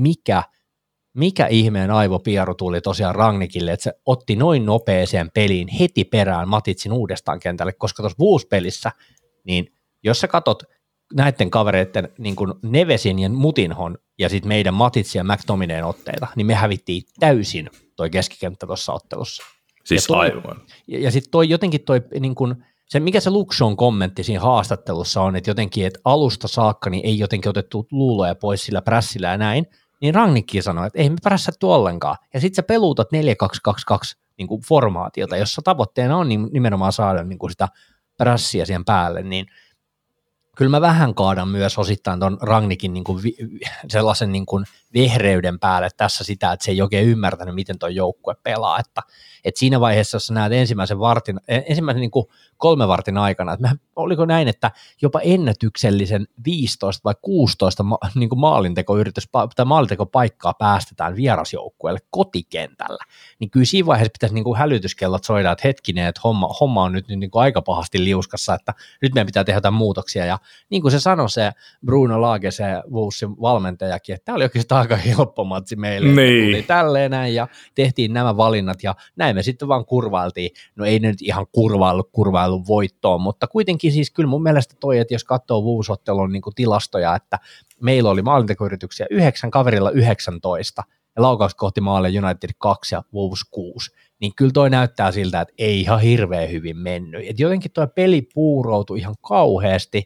mikä ihmeen aivopieru tuli tosiaan Rangnickille, että se otti noin nopeeseen peliin heti perään Matitsin uudestaan kentälle, koska tuossa Wolves-pelissä, niin jos sä katot näiden kavereiden niin kuin Nevesin ja Mutinhon ja sitten meidän Matitsin ja McTominayn otteita, niin me hävittiin täysin toi keskikenttä tuossa ottelussa. Siis aivan. Ja sitten jotenkin niin kuin, se, mikä se Luxon kommentti siinä haastattelussa on, että jotenkin, että alusta saakka niin ei jotenkin otettu luuloja pois sillä prässillä ja näin, niin Rangnickkin sanoi, että ei me prässätty ollenkaan. Ja sitten sä peluutat 4-2-2-2 niin kuin formaatiota, jossa tavoitteena on nimenomaan saada niin kuin sitä prässiä siihen päälle, niin kyllä mä vähän kaadan myös osittain ton Rangnickin niin kuin sellaisen niin kuin vehreyden päälle tässä sitä, että se ei oikein ymmärtänyt, miten toi joukkue pelaa, että siinä vaiheessa, jos sä näet ensimmäisen niin kuin 3 vartin aikana, että oliko näin, että jopa ennätyksellisen 15 vai 16 niin kuin maalintekopaikkaa päästetään vierasjoukkueelle kotikentällä, niin kyllä siinä vaiheessa pitäisi niin kuin hälytyskellot soida, että hetkinen, että homma on nyt niin kuin aika pahasti liuskassa, että nyt meidän pitää tehdä jotain muutoksia, ja niin kuin se sanoi se Bruno Lage, se Wolvesin valmentajakin, että tämä oli oikeastaan aika helppo matsi meille, niin. Tuli tälleen näin, ja tehtiin nämä valinnat, ja näin me sitten vaan kurvailtiin, no ei nyt ihan kurvailun voittoon, mutta kuitenkin siis kyllä mun mielestä toi, että jos katsoo Wolves-ottelun niin kuin tilastoja, että meillä oli maalintekoyrityksiä 9, kaverilla 19, ja laukaukset kohti maalle United 2 ja Wolves 6, niin kyllä toi näyttää siltä, että ei ihan hirveän hyvin mennyt, että jotenkin toi peli puuroutui ihan kauheasti,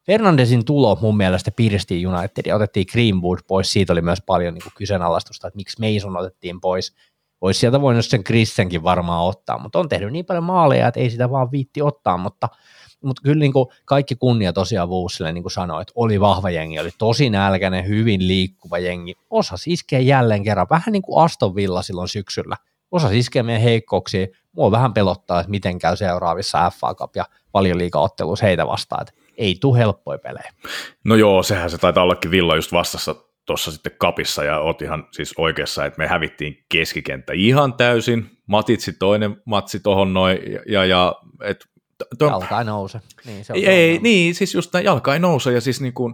Fernandesin tulo mun mielestä piristi Unitedia, otettiin Greenwood pois, siitä oli myös paljon niin kuin kyseenalaistusta, että miksi Mason otettiin pois. Olisi sieltä voinut sen Christenkin varmaan ottaa, mutta on tehnyt niin paljon maaleja, että ei sitä vaan viitti ottaa, mutta kyllä niin kuin kaikki kunnia tosiaan Wolvesille, niin kuin sanoin, että oli vahva jengi, oli tosi nälkäinen, hyvin liikkuva jengi, osasi iskeä jälleen kerran, vähän niin kuin Aston Villa silloin syksyllä, osasi iskeä meidän heikkouksia, mua vähän pelottaa, että miten käy seuraavissa FA Cup ja Valioliiga-otteluissa heitä vastaan, että ei tule helppoja pelejä. No joo, sehän se taitaa ollakin Villa just vastassa tuossa sitten kapissa, ja oot ihan siis oikeassa, että me hävittiin keskikenttä ihan täysin, Matitsi toinen matsi tohon noin, ja jalka ei nouse. Niin, siis just näin, jalka ei nouse, ja siis niin kuin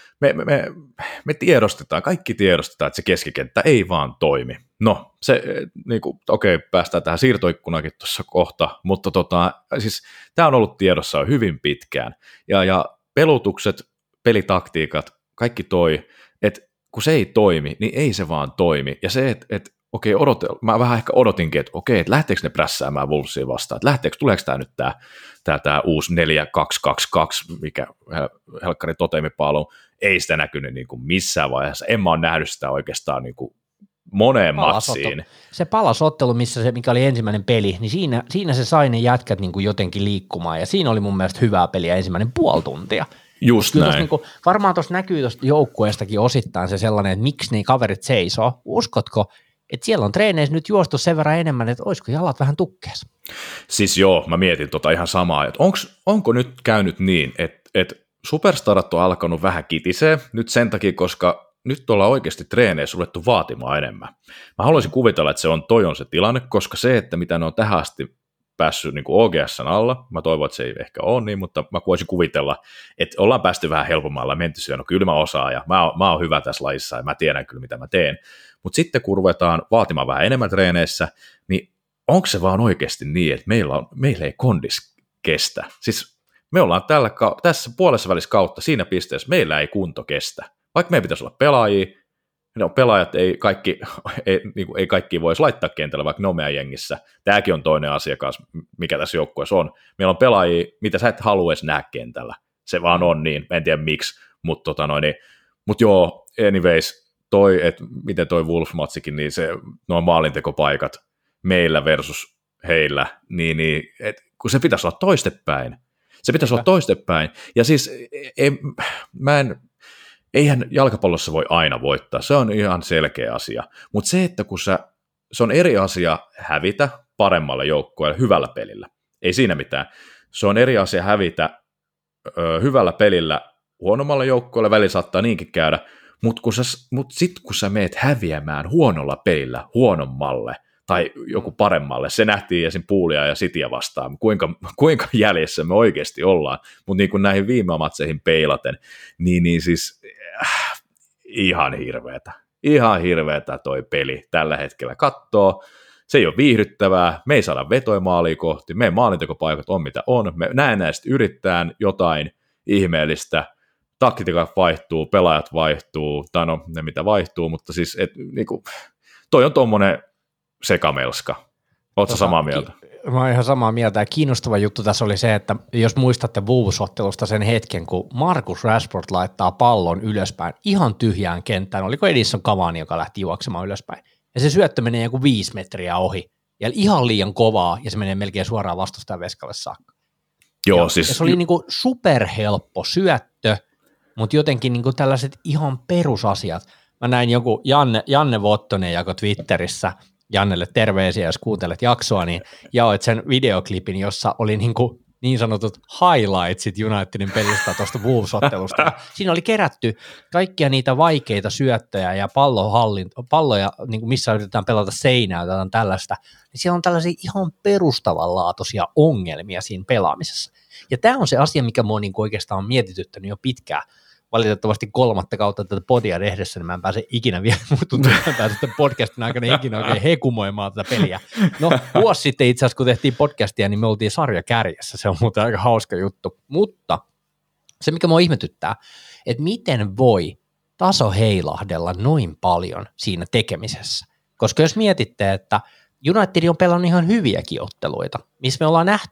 me tiedostetaan, kaikki tiedostetaan, että se keskikenttä ei vaan toimi. No, se, niin kuin, okei, päästään tähän siirtoikkunakin tuossa kohta, mutta siis tämä on ollut tiedossa jo hyvin pitkään, ja pelutukset, pelitaktiikat, kaikki että kun se ei toimi, niin ei se vaan toimi, ja se, että okei, mä vähän ehkä odotinkin, että okei, että lähteekö ne prässäämään Wolvesia vastaan, että tuleeko tämä nyt tämä uusi 4-2-2-2, mikä helkkari toteamipaalu, ei sitä näkynyt niin kuin missään vaiheessa, en mä ole nähnyt sitä oikeastaan niin kuin moneen matsiin. Se palasottelu, mikä oli ensimmäinen peli, niin siinä se sai ne jätkät niin kuin jotenkin liikkumaan, ja siinä oli mun mielestä hyvää peliä ensimmäinen puoli tuntia. Just kyllä näin. Niin kuin, varmaan tuossa näkyy tuosta joukkueestakin osittain se sellainen, että miksi ne kaverit seisoo, uskotko, että siellä on treeneissä nyt juostu sen verran enemmän, että olisiko jalat vähän tukkeessa? Siis joo, mä mietin ihan samaa, että onko nyt käynyt niin, että superstarat on alkanut vähän kitisee nyt sen takia, koska nyt ollaan oikeasti treeneissä ruvettu vaatimaan enemmän. Mä haluaisin kuvitella, että toi on se tilanne, koska se, että mitä ne on tähän asti päässyt niin kuin OGS:n alla, mä toivon, että se ei ehkä ole niin, mutta mä voisin kuvitella, että ollaan päästy vähän helpommalla, menty syön, no kyllä mä osaan, ja mä oon hyvä tässä lajissa, ja mä tiedän kyllä, mitä mä teen. Mutta sitten kun ruvetaan vaatimaan vähän enemmän treeneissä, niin onko se vaan oikeasti niin, että meillä ei kondis kestä? Siis me ollaan tässä puolessa välissä kautta siinä pisteessä, meillä ei kunto kestä. Vaikka meidän pitäisi olla pelaajia, pelaajat ei kaikki voisi laittaa kentällä, vaikka ne on meidän jengissä. Tämäkin on toinen asiakas, mikä tässä joukkueessa on. Meillä on pelaajia, mitä sä et halua edes nähdä kentällä. Se vaan on niin, en tiedä miksi, mutta joo, anyways, että miten toi Wolves-matsikin, niin se nuo maalintekopaikat meillä versus heillä, niin et, kun se pitäisi olla toistepäin. Se pitäisi olla toistepäin. Ja siis eihän jalkapallossa voi aina voittaa, se on ihan selkeä asia. Mutta se, että se on eri asia hävitä paremmalle joukkueelle hyvällä pelillä. Ei siinä mitään. Se on eri asia hävitä hyvällä pelillä huonommalle joukkueelle, välillä saattaa niinkin käydä, mutta sitten kun sä meet häviämään huonolla pelillä huonommalle tai joku paremmalle, se nähtiin esim. Poolia ja Cityä vastaan, kuinka jäljessä me oikeasti ollaan, mutta niin kuin näihin viime matseihin peilaten, niin siis ihan hirveetä toi peli tällä hetkellä kattoo, se ei ole viihdyttävää, me ei saada vetoja maalia kohti, meidän maalintekopaikat on mitä on, me näennäisesti yritetään jotain ihmeellistä, taktiikat vaihtuu, pelaajat vaihtuu, tai no ne mitä vaihtuu, mutta siis niinku, toi on tommonen sekamelska. Ootko samaa mieltä? Mä oon ihan samaa mieltä, ja kiinnostava juttu tässä oli se, että jos muistatte Wolves-ottelusta sen hetken, kun Marcus Rashford laittaa pallon ylöspäin ihan tyhjään kenttään, oliko Edison Cavani, joka lähti juoksemaan ylöspäin, ja se syöttö menee joku 5 metriä ohi, ja ihan liian kovaa, ja se menee melkein suoraan vastustajan veskalle saakka. Joo, ja siis... se oli niinku superhelppo syöttö, mutta jotenkin niinku tällaiset ihan perusasiat. Mä näin joku Janne Vottonen jako Twitterissä, Jannelle terveisiä, jos kuuntelet jaksoa, niin jaoit sen videoklipin, jossa oli niin sanotut highlightsit Unitedin pelistä tuosta Wolves-ottelusta. Siinä oli kerätty kaikkia niitä vaikeita syöttöjä ja palloja, niin missä yritetään pelata seinää, jotain tällaista. Niin siellä on tällaisia ihan perustavanlaatuisia ongelmia siinä pelaamisessa. Ja tämä on se asia, mikä minua niin oikeastaan on mietityttänyt jo pitkään. Valitettavasti 3. kautta tätä podia tehdessä, niin mä en pääse ikinä vielä, mutta tuntuu, että mä pääsen podcastin aikana ikinä oikein hekumoimaan tätä peliä. No, vuosi sitten itse asiassa, kun tehtiin podcastia, niin me oltiin sarjakärjessä, se on muuten aika hauska juttu, mutta se, mikä mua ihmetyttää, että miten voi taso heilahdella noin paljon siinä tekemisessä, koska jos mietitte, että United on pelannut ihan hyviäkin otteluita, missä me ollaan nähty,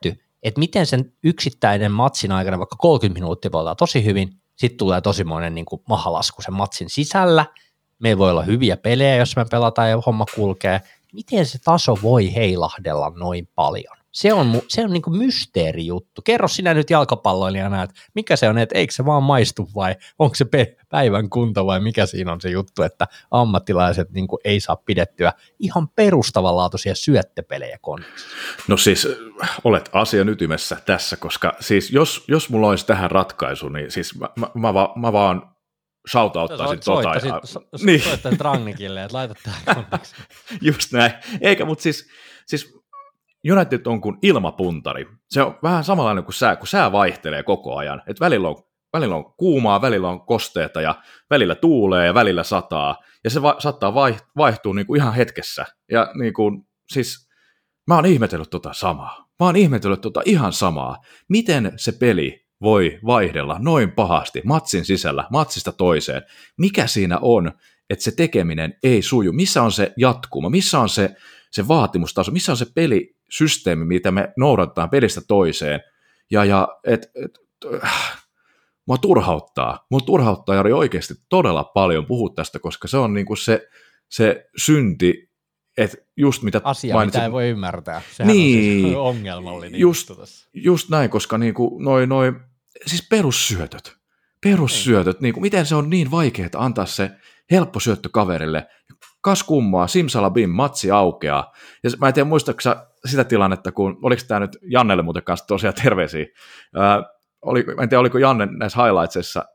että miten sen yksittäinen matsin aikana, vaikka 30 minuuttia pelataan tosi hyvin, sitten tulee tosimoinen niin kuin mahalasku sen matsin sisällä, meillä voi olla hyviä pelejä, jos me pelataan ja homma kulkee, miten se taso voi heilahdella noin paljon? Se on niin kuin mysteerijuttu. Kerro sinä nyt jalkapalloilijana, että mikä se on, että eikö se vaan maistu vai onko se päivän kunto vai mikä siinä on se juttu, että ammattilaiset niin kuin ei saa pidettyä ihan perustavanlaatuisia syöttöpelejä kondiksessa. No siis olet asian ytimessä tässä, koska siis jos mulla olisi tähän ratkaisu, niin siis mä vaan shoutouttaisin niin. Soittaisit Rangnikille, että laitat tähän kondikseen. Just näin. Eikä, mutta siis United on kuin ilmapuntari. Se on vähän samanlainen kuin sää, kun sää vaihtelee koko ajan. Et välillä on kuumaa, välillä on kosteeta ja välillä tuulee ja välillä sataa. Ja se saattaa vaihtua niin kuin ihan hetkessä. Ja niin kuin, siis mä oon ihmetellyt samaa. Mä oon ihmetellyt ihan samaa. Miten se peli voi vaihdella noin pahasti matsin sisällä, matsista toiseen? Mikä siinä on, että se tekeminen ei suju? Missä on se jatkuma? Missä on se vaatimustaso? Missä on se pelisysteemi, mitä me noudatetaan pelistä toiseen? Mua turhauttaa Jari oikeasti todella paljon puhua tästä, koska se on niinku se synti, että just mitä asia, mainitsin. mitä ei voi ymmärtää. Sehän on siis ongelmallinen juttu tässä. Just näin, koska niinku siis perussyötöt, niinku, miten se on niin vaikeaa antaa se helppo syöttö kaverille. Kas kummaa, simsalabim, matsi aukeaa. Ja mä en tiedä, muistatko sitä tilannetta, kun, oliko tämä nyt Jannelle muuten kanssa tosiaan terveisiä, mä en tiedä, oliko Janne näissä highlightsissa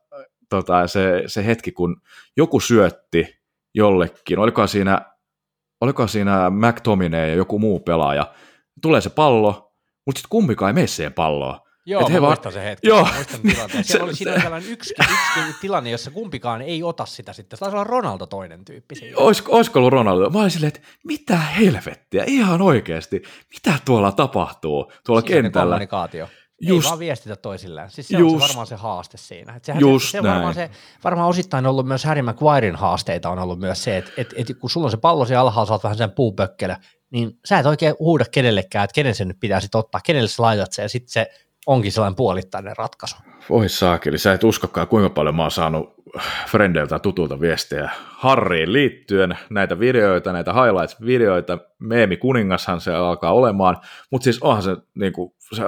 se hetki, kun joku syötti jollekin, olikohan siinä McTominay ja joku muu pelaaja, tulee se pallo, mutta sitten kumpikaan ei mene siihen palloon. Joo, mä muistan se hetki. Joo. Muistan tilanteen. Siinä oli tällainen yksi tilanne, jossa kumpikaan ei ota sitä sitten. Se taisi olla Ronaldo toinen tyyppi. Olisiko ollut Ronaldo? Mä olin silleen, että mitä helvettiä, ihan oikeasti. Mitä tuolla tapahtuu tuolla kentällä? Kommunikaatio. Ei vaan viestitä toisilleen. Siis se on varmaan se haaste siinä. Se varmaan osittain ollut myös Harry Maguiren haasteita on ollut myös se, että kun sulla on se pallo siellä alhaalla, sä oot vähän sen puupökkelö, niin sä et oikein huuda kenellekään, että kenen sen nyt pitää sitten ottaa, kenelle sä laitat sen, ja sitten se onkin sellainen puolittainen ratkaisu. Voi saakeli, sä et uskokaan, kuinka paljon mä oon saanut frendeiltä ja tutulta viestejä Harryin liittyen, näitä videoita, näitä highlights-videoita, meemikuningashan se alkaa olemaan, mutta siis onhan se, niin kuin, se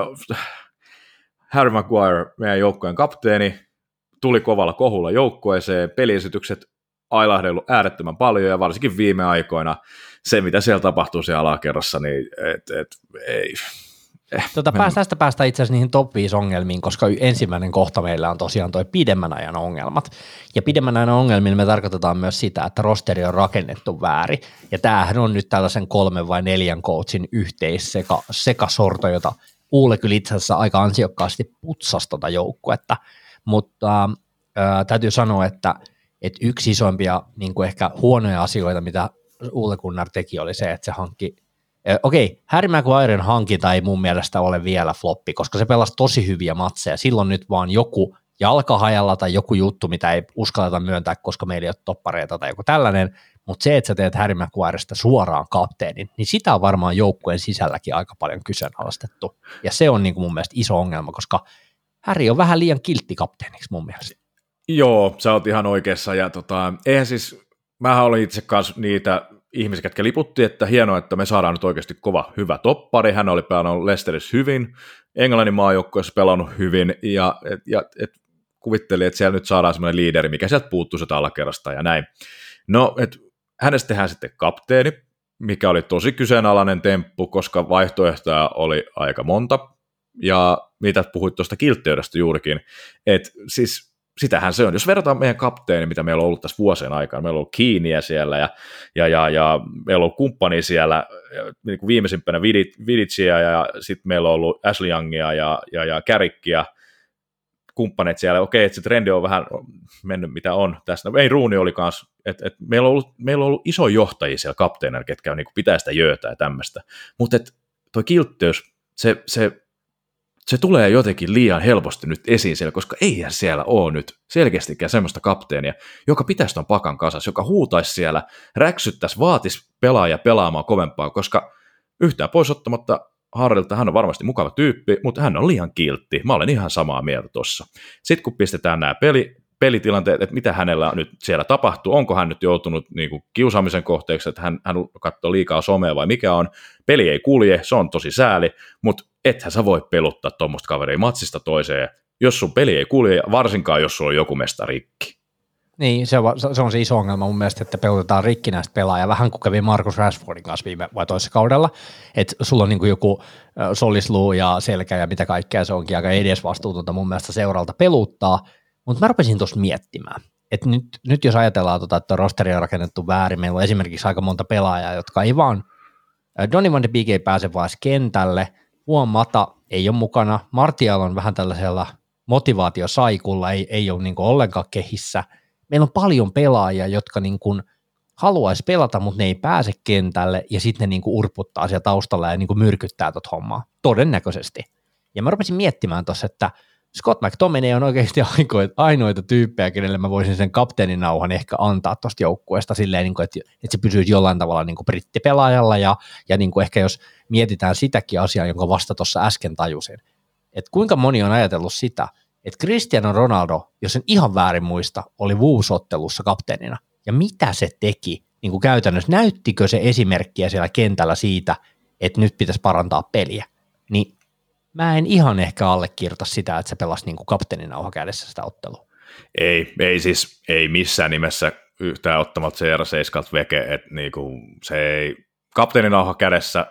Harry Maguire, meidän joukkojen kapteeni, tuli kovalla kohulla joukkueeseen, peliesitykset ailahdellut äärettömän paljon, ja varsinkin viime aikoina se, mitä siellä tapahtuu siellä alakerrassa, niin ei. Tästä päästään itse asiassa niihin top 5 ongelmiin, koska ensimmäinen kohta meillä on tosiaan tuo pidemmän ajan ongelmat. Ja pidemmän ajan ongelmilla me tarkoitetaan myös sitä, että rosteri on rakennettu väärin. Ja tämähän on nyt tällaisen 3 vai 4 coachin yhteissekasorto, jota Uule kyllä itse asiassa aika ansiokkaasti putsasi tuota joukkuetta. Mutta täytyy sanoa, että yksi isoimpia niin kuin ehkä huonoja asioita, mitä Ole Gunnar teki, oli se, että se hankki. Okei, Harry Maguiren hankinta ei mun mielestä ole vielä floppi, koska se pelasi tosi hyviä matseja. Silloin nyt vaan joku jalkahajalla tai joku juttu, mitä ei uskalleta myöntää, koska meillä ei ole toppareita tai joku tällainen, mutta se, että sä teet Harry Maguiresta suoraan kapteenin, niin sitä on varmaan joukkueen sisälläkin aika paljon kyseenalaistettu. Ja se on niin kuin mun mielestä iso ongelma, koska Harry on vähän liian kiltti kapteeniksi mun mielestä. Joo, sä oot ihan oikeassa. Ja eihän siis, mähän olin itse kanssa niitä ihmisiä, jotka liputti, että hienoa, että me saadaan nyt oikeasti kova, hyvä toppari. Hän oli pelannut Leicesterissä hyvin, Englannin maajoukkueessa pelannut hyvin, ja kuvitteli, että siellä nyt saadaan semmoinen liideri, mikä sieltä puuttuu sitä alakerrasta ja näin. No, hänestä tehdään sitten kapteeni, mikä oli tosi kyseenalainen temppu, koska vaihtoehtoja oli aika monta, ja mitä puhuit tuosta kiltteydestä juurikin, että siis sitähän se on. Jos verrataan meidän kapteeni, mitä meillä on ollut tässä vuosien aikana, meillä on ollut Keaniä siellä ja meillä on ollut kumppani siellä, niin kuin viimeisimpänä Vidicia ja sitten meillä on ollut Ashley Youngia ja Carrickia, kumppanit siellä. Okei, että se trendi on vähän mennyt mitä on tässä. No, ei Rooney oli kanssa, että meillä on ollut iso johtajia siellä kapteenilla, ketkä niin kuin pitää sitä jöötä ja tämmöistä. Mutta tuo kiltteys, se tulee jotenkin liian helposti nyt esiin siellä, koska eihän siellä ole nyt selkeästikään semmoista kapteenia, joka pitäisi ton pakan kasassa, joka huutaisi siellä, räksyttäisi, vaatisi pelaajia pelaamaan kovempaa, koska yhtään pois ottamatta Harrilta, hän on varmasti mukava tyyppi, mutta hän on liian kiltti. Mä olen ihan samaa mieltä tossa. Sitten kun pistetään nämä pelitilanteet, että mitä hänellä nyt siellä tapahtuu, onko hän nyt joutunut niin kuin kiusaamisen kohteeksi, että hän katsoo liikaa somea vai mikä on, peli ei kulje, se on tosi sääli, mutta ethän sä voi peluttaa tuommoista kaveria matsista toiseen, jos sun peli ei kulje, varsinkaan jos sulla on joku mesta rikki. Niin, se on se iso ongelma mun mielestä, että pelotetaan rikkinäistä pelaajaa, vähän kuin kävi Marcus Rashfordin kanssa viime vai toisessa kaudella, että sulla on niin kuin joku solisluu ja selkä ja mitä kaikkea se onkin aika edesvastuutonta mun mielestä seuralta peluttaa, mutta mä rupesin tuossa miettimään, että nyt jos ajatellaan, että rosteri on rakennettu väärin, meillä on esimerkiksi aika monta pelaajaa, jotka ei vaan, Donny van de Beek ei pääse vaan kentälle, Juan Mata ei ole mukana, Martial on vähän tällaisella motivaatiosaikulla, ei ole niin kuin ollenkaan kehissä. Meillä on paljon pelaajia, jotka niin kuin haluaisi pelata, mutta ne ei pääse kentälle, ja sitten ne niin kuin urputtaa siellä taustalla ja niin kuin myrkyttää tuota hommaa, todennäköisesti. Ja mä rupesin miettimään tuossa, että Scott McTominay on oikeasti ainoita tyyppejä, kenelle mä voisin sen kapteeninauhan ehkä antaa tuosta joukkueesta silleen, niin kuin, että se pysyisi jollain tavalla niin kuin brittipelaajalla, ja niin kuin ehkä jos mietitään sitäkin asiaa, jonka vasta tuossa äsken tajusin, että kuinka moni on ajatellut sitä, että Cristiano Ronaldo, jos en ihan väärin muista, oli Wolves-ottelussa kapteenina. Ja mitä se teki niin kuin käytännössä? Näyttikö se esimerkkiä siellä kentällä siitä, että nyt pitäisi parantaa peliä? Niin mä en ihan ehkä allekirjoita sitä, että se pelasi niin kuin kapteeninauha kädessä sitä ottelua. Ei missään nimessä yhtään ottamalta CR7 veke, että niinku se ei, kapteeninauha kädessä,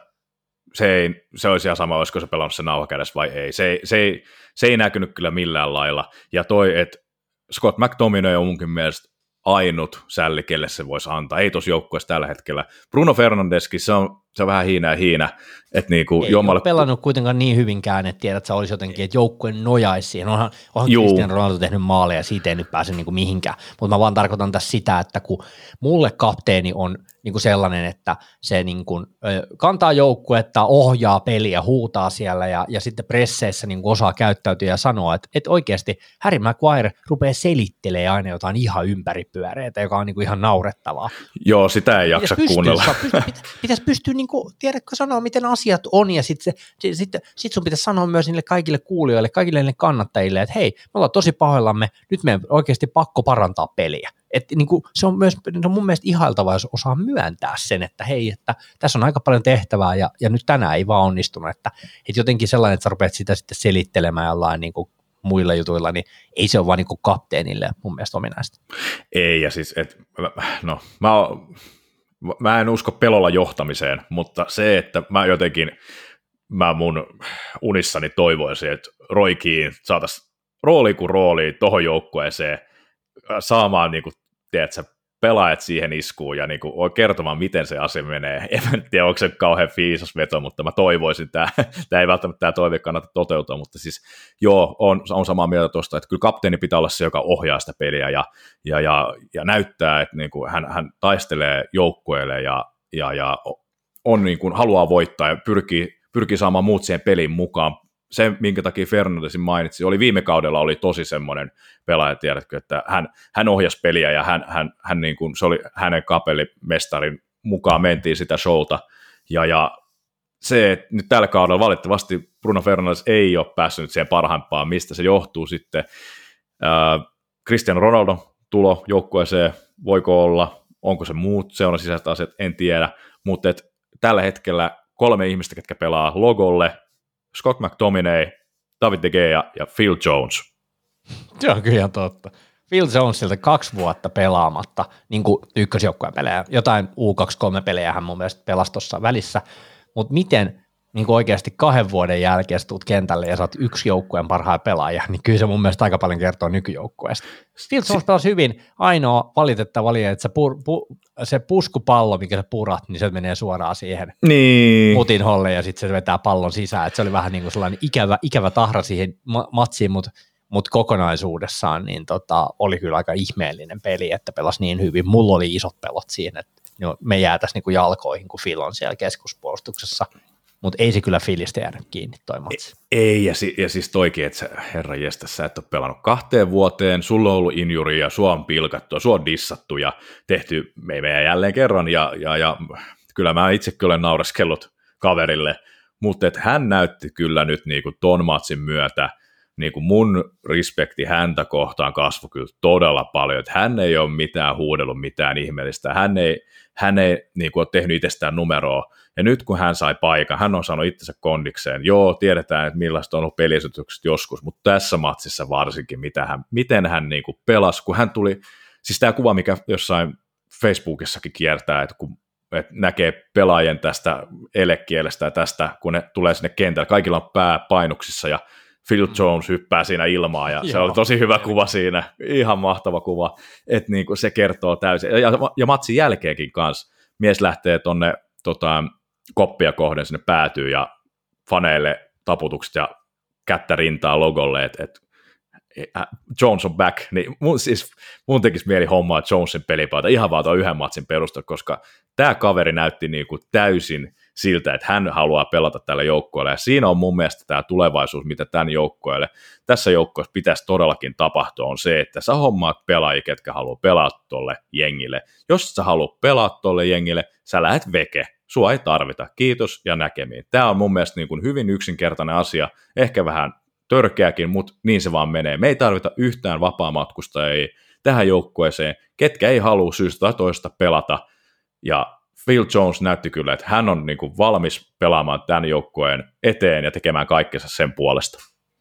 se olisi ihan sama, olisiko se pelannut se nauha kädessä vai ei. Se ei näkynyt kyllä millään lailla. Ja että Scott McTominay on munkin mielestä ainut sälli, kelle se voisi antaa. Ei tuossa joukkueessa tällä hetkellä. Bruno Fernandeskin, se on vähän hiinä. Että niinku ei ole pelannut kuitenkaan niin hyvinkään, että tiedät, että se olisi jotenkin, että joukkueen nojaisi siihen. Onhan Cristiano Ronaldo tehnyt maaleja ja siitä ei nyt pääse niinku mihinkään. Mutta mä vaan tarkoitan tässä sitä, että kun mulle kapteeni on niinku sellainen, että se niinku, kantaa joukkuetta, ohjaa peliä, huutaa siellä ja sitten presseissä niinku osaa käyttäytyä ja sanoa, että oikeasti Harry Maguire rupeaa selittelemään aina jotain ihan ympäripyöreitä, joka on niinku ihan naurettavaa. Joo, sitä ei jaksa kuunnella. Pitäisi pystyä, niinku, tiedätkö, sanoa, miten asiat on, ja sitten sun pitäisi sanoa myös niille kaikille kuulijoille, kaikille niille kannattajille, että hei, me ollaan tosi pahoillamme, nyt meidän oikeasti pakko parantaa peliä. Että niinku, se on mun mielestä ihailtavaa, jos osaa myöntää sen, että hei, että tässä on aika paljon tehtävää, ja nyt tänään ei vaan onnistunut, että jotenkin sellainen, että sä rupeat sitä sitten selittelemään jollain niinku muilla jutuilla, niin ei se ole vaan niinku kapteenille mun mielestä ominaista. Ei, ja siis, mä en usko pelolla johtamiseen, mutta se, että mä mun unissani toivoisin, että Roy Keane saataisiin rooli kuin rooli tohon joukkueeseen saamaan, niin kuin, tiedätkö, pelaajat siihen iskuun ja niin kuin, kertomaan, miten se asia menee. En tiedä, onko se kauhean fiisas veto, mutta mä toivoisin, tämä ei välttämättä tämä toive kannata toteutua, mutta siis joo, on samaa mieltä tuosta, että kyllä kapteeni pitää olla se, joka ohjaa sitä peliä ja näyttää, että niin kuin hän taistelee joukkueelle ja on niin kuin, haluaa voittaa ja pyrkii saamaan muut siihen peliin mukaan. Se, minkä takia Fernandesin mainitsi, viime kaudella oli tosi semmoinen pelaaja, tiedätkö, että hän ohjasi peliä ja hän niin kuin, se oli hänen kapellimestarin mukaan mentiin sitä showta. Ja se, että nyt tällä kaudella valitettavasti Bruno Fernandes ei ole päässyt siihen parhaimpaan, mistä se johtuu sitten. Cristiano Ronaldo tulo joukkueeseen, voiko olla, onko se muut seuran sisäiset asiat, en tiedä, mutta tällä hetkellä 3 ihmistä, ketkä pelaa logolle, Scott McTominay, David De Gea ja Phil Jones. Se on kyllä ihan totta. Phil Jonesilta 2 vuotta pelaamatta niin kuin ykkösjoukkueen pelejä. Jotain U23-pelejä hän mun mielestä pelasi tuossa välissä, mutta miten niin kuin oikeasti 2 vuoden jälkeen tulet kentälle ja sä oot yksi joukkueen parhaa pelaaja, niin kyllä se mun mielestä aika paljon kertoo nykyjoukkueesta. Phil Jones pelasi hyvin, ainoa valitettava oli, että se puskupallo, mikä sä purat, niin se menee suoraan siihen mutin holle ja sitten se vetää pallon sisään, että se oli vähän niin kuin sellainen ikävä tahra siihen matsiin, mutta kokonaisuudessaan niin oli kyllä aika ihmeellinen peli, että pelasi niin hyvin. Mulla oli isot pelot siinä, että me jäätäisiin niin kuin jalkoihin, kun Phil on siellä keskuspuolustuksessa. Mutta ei se kyllä Philistä jäänyt kiinni toi matsi. Ei, ja siis toikin, että herra jestas, sä et ole pelannut 2 vuoteen, sulla on ollut injury ja sua on pilkattu, sua on dissattu ja tehty meidän jälleen kerran, ja kyllä mä itsekin olen naureskellut kaverille, mutta hän näytti kyllä nyt niin kuin ton matsin myötä, niin kuin mun respekti häntä kohtaan kasvoi kyllä todella paljon, että hän ei ole mitään huudellut, mitään ihmeellistä, hän ei niin kuin ole tehnyt itsestään numeroa, ja nyt kun hän sai paikan, hän on saanut itsensä kondikseen, joo, tiedetään, että millaista on ollut peliesitykset joskus, mutta tässä matsissa varsinkin, miten hän niin kuin pelasi, kun hän tuli, siis tämä kuva, mikä jossain Facebookissakin kiertää, että kun näkee pelaajien tästä elekielestä ja tästä, kun ne tulee sinne kentälle, kaikilla on pää painuksissa ja Phil Jones hyppää siinä ilmaa ja se oli tosi hyvä kuva siinä, ihan mahtava kuva, että niin kuin se kertoo täysin. Ja matsin jälkeenkin kanssa mies lähtee tonne koppia kohden sinne päätyy ja faneille taputukset ja kättä rintaa logolle, että Jones on back, niin mun tekisi mieli hommaa Jonesin pelipaita ihan vaan yhden matsin perusta, koska tämä kaveri näytti niin kuin täysin siltä, että hän haluaa pelata tällä joukkueella, ja siinä on mun mielestä tämä tulevaisuus, mitä tämän joukkueelle, tässä joukkueessa pitäisi todellakin tapahtua, on se, että sä hommaat pelaajia, ketkä haluaa pelata tolle jengille. Jos sä haluat pelata tolle jengille, sä lähet veke, sua ei tarvita, kiitos ja näkemiin. Tämä on mun mielestä niin kuin hyvin yksinkertainen asia, ehkä vähän törkeäkin, mutta niin se vaan menee. Me ei tarvita yhtään vapaamatkustajia tähän joukkueeseen, ketkä ei halua syystä tai toista pelata, ja Phil Jones näytti kyllä, että hän on niin kuin valmis pelaamaan tämän joukkueen eteen ja tekemään kaikkensa sen puolesta.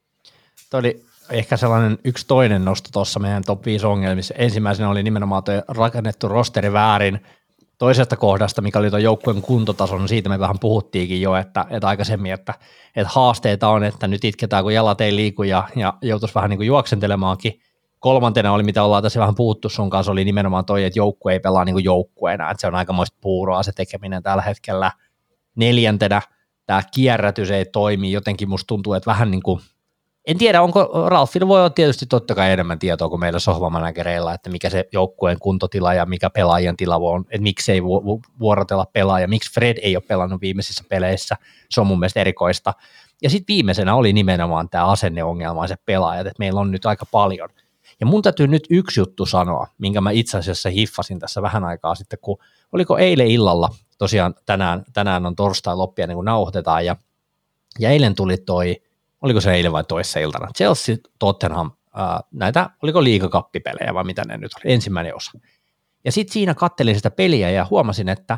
Tuo oli ehkä sellainen yksi toinen nosto tuossa meidän top 5 ongelmissa. Ensimmäisenä oli nimenomaan tuo rakennettu rosteri väärin. Toisesta kohdasta, mikä oli tuon joukkueen kuntotaso, niin siitä me vähän puhuttiinkin jo, että aikaisemmin, että haasteita on, että nyt itketään, kun jalat ei liiku ja joutuisi vähän niin kuin juoksentelemaankin. Kolmantena oli, mitä ollaan tässä vähän puhuttu sun kanssa, oli nimenomaan toi, että joukkue ei pelaa niin kuin joukkueena, että se on aikamoista puuroa se tekeminen tällä hetkellä. Neljäntenä tämä kierrätys ei toimi, jotenkin musta tuntuu, että vähän niin kuin, en tiedä, onko Ralfilla voi olla tietysti totta kai enemmän tietoa kuin meillä sohvamanagereilla, että mikä se joukkueen kuntotila ja mikä pelaajien tila on, että miksi ei vuorotella pelaaja, miksi Fred ei ole pelannut viimeisissä peleissä, se on mun mielestä erikoista. Ja sitten viimeisenä oli nimenomaan tämä asenneongelmaiset pelaajat, että meillä on nyt aika paljon. Ja mun täytyy nyt yksi juttu sanoa, minkä mä itse asiassa hiffasin tässä vähän aikaa sitten, kun oliko eilen illalla, tosiaan tänään on torstai loppia, niin kuin nauhoitetaan, ja eilen tuli oliko se eilen vai toissa iltana, Chelsea Tottenham, näitä, oliko liigakappipelejä vai mitä ne nyt oli, ensimmäinen osa. Ja sitten siinä kattelin sitä peliä ja huomasin, että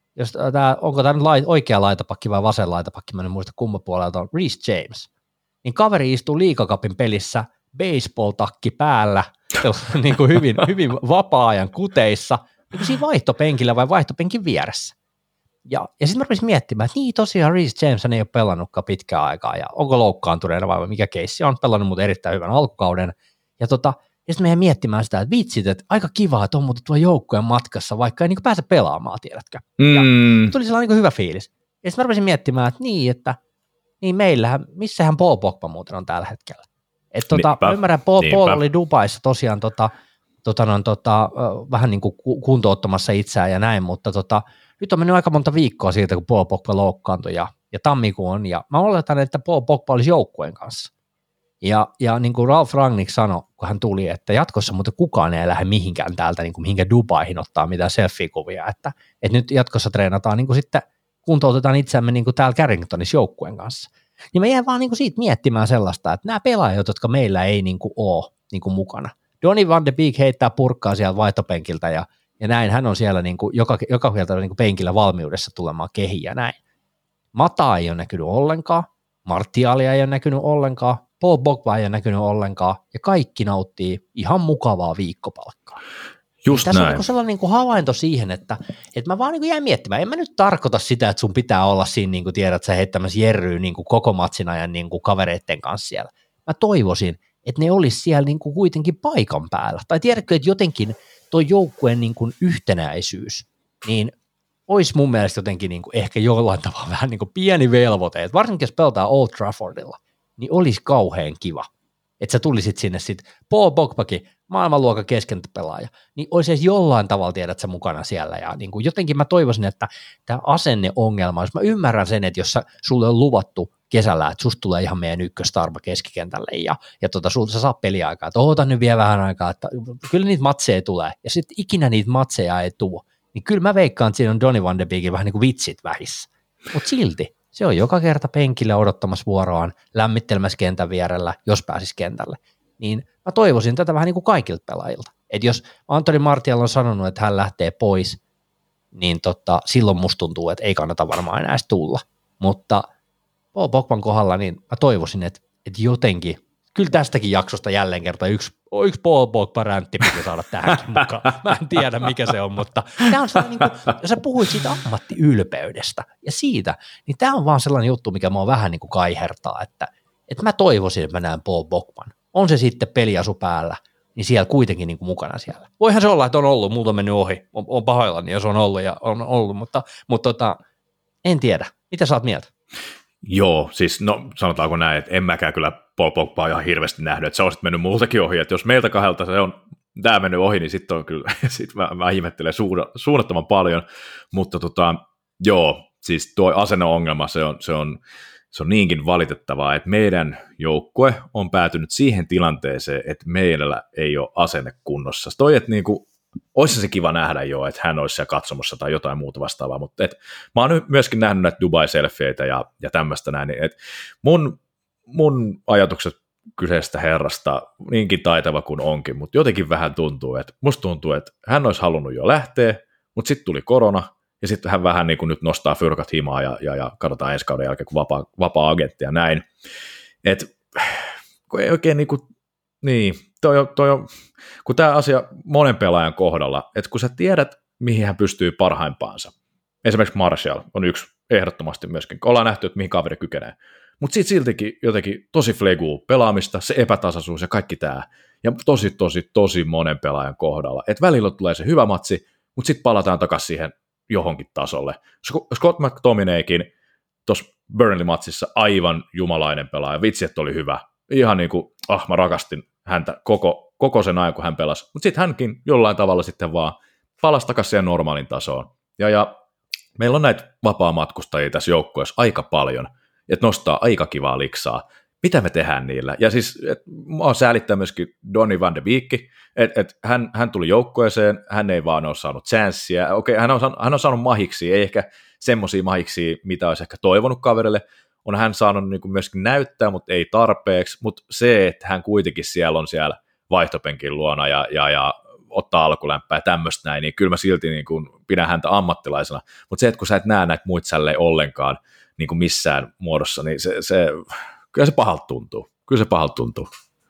onko tämä nyt oikea laitapakki vai vasen laitapakki, mä en muista kumman puolelta on, Reece James, niin kaveri istuu liigakapin pelissä, baseball-takki päällä, niin kuin hyvin vapaa-ajan kuteissa, niin kuin siinä vaihtopenkillä vai vaihtopenkin vieressä. Ja sitten mä rupesin miettimään, että niin tosiaan Reece James ei ole pelannutkaan pitkään aikaa, ja onko loukkaantuneena vai mikä keissi on, pelannut muuten erittäin hyvän alkukauden. Ja sitten meidän miettimään sitä, että vitsit, että aika kiva, että on muuten tuo joukkueen matkassa, vaikka ei niin pääse pelaamaan, tiedätkö. Ja tuli sellainen niin hyvä fiilis. Ja sitten mä rupesin miettimään, että niin meillähän, missähän Paul Pogba muuten on tällä hetkellä. Että mä ymmärrän, Paul oli Dubaissa tosiaan vähän niin kuin kuntouttamassa itseään ja näin, mutta nyt on mennyt aika monta viikkoa siitä, kun Paul Pogba loukkaantui ja tammikuun, ja mä oletan, että Paul Pogba olisi joukkueen kanssa. Ja niin kuin Ralf Rangnick sanoi, kun hän tuli, että jatkossa muuten kukaan ei lähde mihinkään täältä, niin kuin mihinkään Dubaihin ottaa mitään selfie-kuvia, että nyt jatkossa treenataan niin kuin sitten, kuntoutetaan itseämme niin kuin täällä Carringtonissa joukkueen kanssa. Niin mä jään vaan niin kuin siitä miettimään sellaista, että nämä pelaajat, jotka meillä ei niin kuin ole niin kuin mukana. Donny van de Beek heittää purkkaa sieltä vaihtopenkiltä ja näin, hän on siellä niin kuin joka kerta niin kuin penkillä valmiudessa tulemaan kehiin ja näin. Mata ei ole näkynyt ollenkaan, Martialia ei ole näkynyt ollenkaan, Paul Pogba ei ole näkynyt ollenkaan, ja kaikki nauttii ihan mukavaa viikkopalkkaa. Just tässä näin. On sellainen niin kuin havainto siihen, että mä vaan niin kuin jäin miettimään, en mä nyt tarkoita sitä, että sun pitää olla siinä, niin kuin tiedät, sä heittämässä jerryä niin kuin koko matsin ajan niin kuin kavereitten kanssa siellä. Mä toivoisin, että ne olisi siellä niin kuin kuitenkin paikan päällä. Tai tiedätkö, että jotenkin tuo joukkueen niin kuin yhtenäisyys, niin olisi mun mielestä jotenkin niin kuin ehkä jollain tavalla vähän niin kuin pieni velvoite, että varsinkin jos pelataan Old Traffordilla, niin olisi kauhean kiva, että sä tulisit sinne sitten, Paul Pogbakin, maailmanluokan keskentäpelaaja, niin olisi edes jollain tavalla tiedät sä mukana siellä, ja niin kuin jotenkin mä toivoisin, että tämä asenneongelma, jos mä ymmärrän sen, että jos sulle on luvattu kesällä, että susta tulee ihan meidän ykköstarva keskikentälle, ja sulta sä saa peliaikaa, että oota nyt vielä vähän aikaa, että kyllä niitä matseja tulee, ja sitten ikinä niitä matseja ei tule, niin kyllä mä veikkaan, että siinä on Donny van de Beekin vähän niin kuin vitsit vähissä, mutta silti, Se on joka kerta penkillä odottamassa vuoroaan, lämmittelemässä kentän vierellä, jos pääsisi kentälle. Niin mä toivoisin tätä vähän niin kuin kaikilta pelaajilta. Että jos Antoni Martial on sanonut, että hän lähtee pois, niin silloin musta tuntuu, että ei kannata varmaan enää tulla. Mutta Paul Pogban kohdalla niin mä toivoisin, että jotenkin, kyllä tästäkin jaksosta jälleen kerta yksi Paul Pogba-räntti piti saada tähänkin mukaan. Mä en tiedä, mikä se on, mutta tämä on sellainen, niin kuin, jos sä puhuit siitä ammattiylpeydestä ja siitä, niin tämä on vaan sellainen juttu, mikä mua vähän niin kuin kaihertaa, että mä toivoisin, että mä näen Paul Pogban. On se sitten peliasu päällä, niin siellä kuitenkin niin kuin mukana siellä. Voihan se olla, että on ollut, multa on mennyt ohi, on pahoillani, jos on ollut ja on ollut, mutta en tiedä. Mitä sä oot mieltä? Joo, siis no sanotaanko näin, että en mäkään kyllä Paul Pogbaa ihan hirveästi nähnyt, että se on sitten mennyt multakin ohi, että jos meiltä kahdelta se on tämä mennyt ohi, niin sitten on kyllä, sit mä ihmettelen suunnattoman paljon, mutta joo, siis tuo asenneongelma, se on niinkin valitettavaa, että meidän joukkue on päätynyt siihen tilanteeseen, että meillä ei ole asenne kunnossa. Toi, että niinku, olisi se kiva nähdä jo, että hän olisi siellä katsomassa tai jotain muuta vastaavaa, mutta mä oon myöskin nähnyt näitä Dubai-selfieitä ja tämmöistä näin, että mun ajatukset kyseisestä herrasta, niinkin taitava kuin onkin, mutta jotenkin vähän musta tuntuu, että hän olisi halunnut jo lähteä, mutta sitten tuli korona, ja sitten hän vähän niin kuin nyt nostaa fyrkat himaa ja katsotaan ensi kauden jälkeen, kun vapaa-agentti ja näin. Että kun ei oikein niin, toi on, kun tämä asia monen pelaajan kohdalla, että kun sä tiedät, mihin hän pystyy parhaimpaansa, esimerkiksi Martial on yksi ehdottomasti myöskin, ollaan nähty, että mihin kaveri kykenee, mutta sitten siltikin jotenkin tosi fleguu pelaamista, se epätasaisuus ja kaikki tämä, ja tosi monen pelaajan kohdalla, että välillä tulee se hyvä matsi, mutta sitten palataan takaisin siihen johonkin tasolle. Scott McTominaykin tuossa Burnley-matsissa aivan jumalainen pelaaja, vitsi, että oli hyvä, ihan niin kuin, mä rakastin häntä koko sen ajan, kun hän pelasi, mutta sitten hänkin jollain tavalla sitten vaan palasi takaisin siihen normaalin tasoon, ja meillä on näitä vapaa-matkustajia tässä joukkueessa aika paljon, että nostaa aika kivaa liksaa. Mitä me tehdään niillä? Ja siis mä oon säälittää myöskin Donny van de Beek, että hän tuli joukkueeseen, hän ei vaan ole saanut chanssia. Okei, hän on saanut mahiksi, ei ehkä semmoisia mahiksi, mitä olisi ehkä toivonut kaverille. On hän saanut niin kuin myöskin näyttää, mutta ei tarpeeksi. Mutta se, että hän kuitenkin siellä on siellä vaihtopenkin luona ja ottaa alkulämpää ja tämmöistä näin, niin kyllä mä silti niin kuin pidän häntä ammattilaisena. Mutta se, että kun sä et näe näitä muita sälleen ollenkaan niin kuin missään muodossa, niin kyllä se pahalta tuntuu.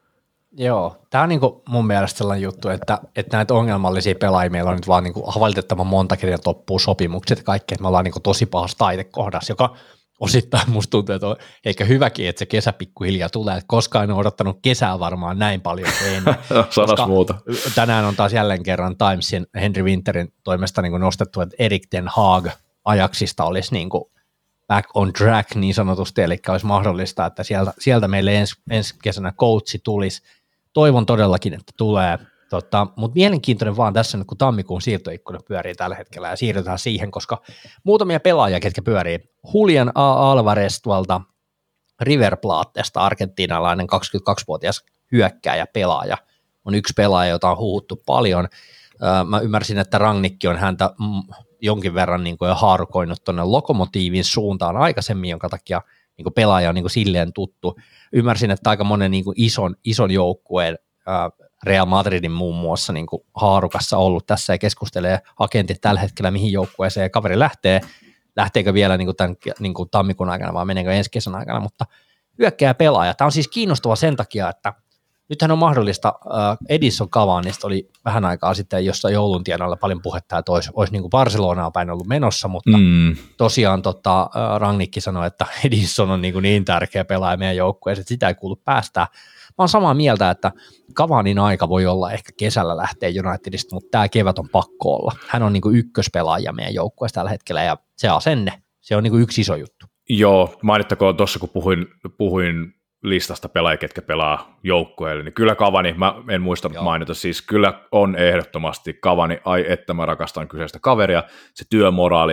Joo, tämä on niinku mun mielestä sellainen juttu, että näitä ongelmallisia pelaajia meillä on nyt vaan niinku valitettavan monta kertaa loppuu sopimukset ja kaikki, että me ollaan niinku tosi pahassa taitekohdassa, joka osittain musta tuntuu, että on ehkä hyväkin, että se kesä pikkuhiljaa tulee, että koskaan en ole odottanut kesää varmaan näin paljon kuin ennen. Sanas muuta. Tänään on taas jälleen kerran Timesin Henry Winterin toimesta niinku nostettu, että Erik ten Hag Ajaxista olisi niinku back on track niin sanotusti, eli olisi mahdollista, että sieltä meille ensi kesänä coachi tulisi. Toivon todellakin, että tulee, mutta mielenkiintoinen vaan tässä nyt, kun tammikuun siirtoikkuna pyörii tällä hetkellä ja siirrytään siihen, koska muutamia pelaajia, ketkä pyörii. Julian Alvarez tuolta River Plateesta, argentiinalainen 22-vuotias hyökkääjä pelaaja, on yksi pelaaja, jota on huhuttu paljon. Mä ymmärsin, että Rangnicki on häntä jonkin verran niin kuin jo haarukoinut tuonne Lokomotiivin suuntaan aikaisemmin, jonka takia niin kuin pelaaja on niin kuin silleen tuttu. Ymmärsin, että aika monen niin kuin ison joukkueen, Real Madridin muun muassa niin kuin haarukassa ollut tässä ja keskustelee agentit tällä hetkellä, mihin joukkueeseen kaveri lähteekö vielä niin kuin tämän niin kuin tammikuun aikana vai meneekö ensi kesän aikana, mutta hyökkääjä pelaaja. Tämä on siis kiinnostava sen takia, että nythän on mahdollista, Edison Cavanista oli vähän aikaa sitten jossain joulun tienoilla paljon puhetta, että olisi niin kuin Barcelonaan päin ollut menossa, mutta tosiaan Rangnicki sanoi, että Edison on niin tärkeä pelaaja meidän joukkueeseen, että sitä ei kuulu päästää. Mä oon samaa mieltä, että Cavanin aika voi olla ehkä kesällä lähteä Unitedista, mutta tämä kevät on pakko olla. Hän on niin kuin ykköspelaaja meidän joukkueessa tällä hetkellä ja se asenne, se on niin kuin yksi iso juttu. Joo, mainittakoon tuossa, kun puhuin listasta pelaajia, ketkä pelaa joukkueelle, niin kyllä Cavani, mä en muistanut mainita, siis kyllä on ehdottomasti Cavani, ai että mä rakastan kyseistä kaveria, se työmoraali,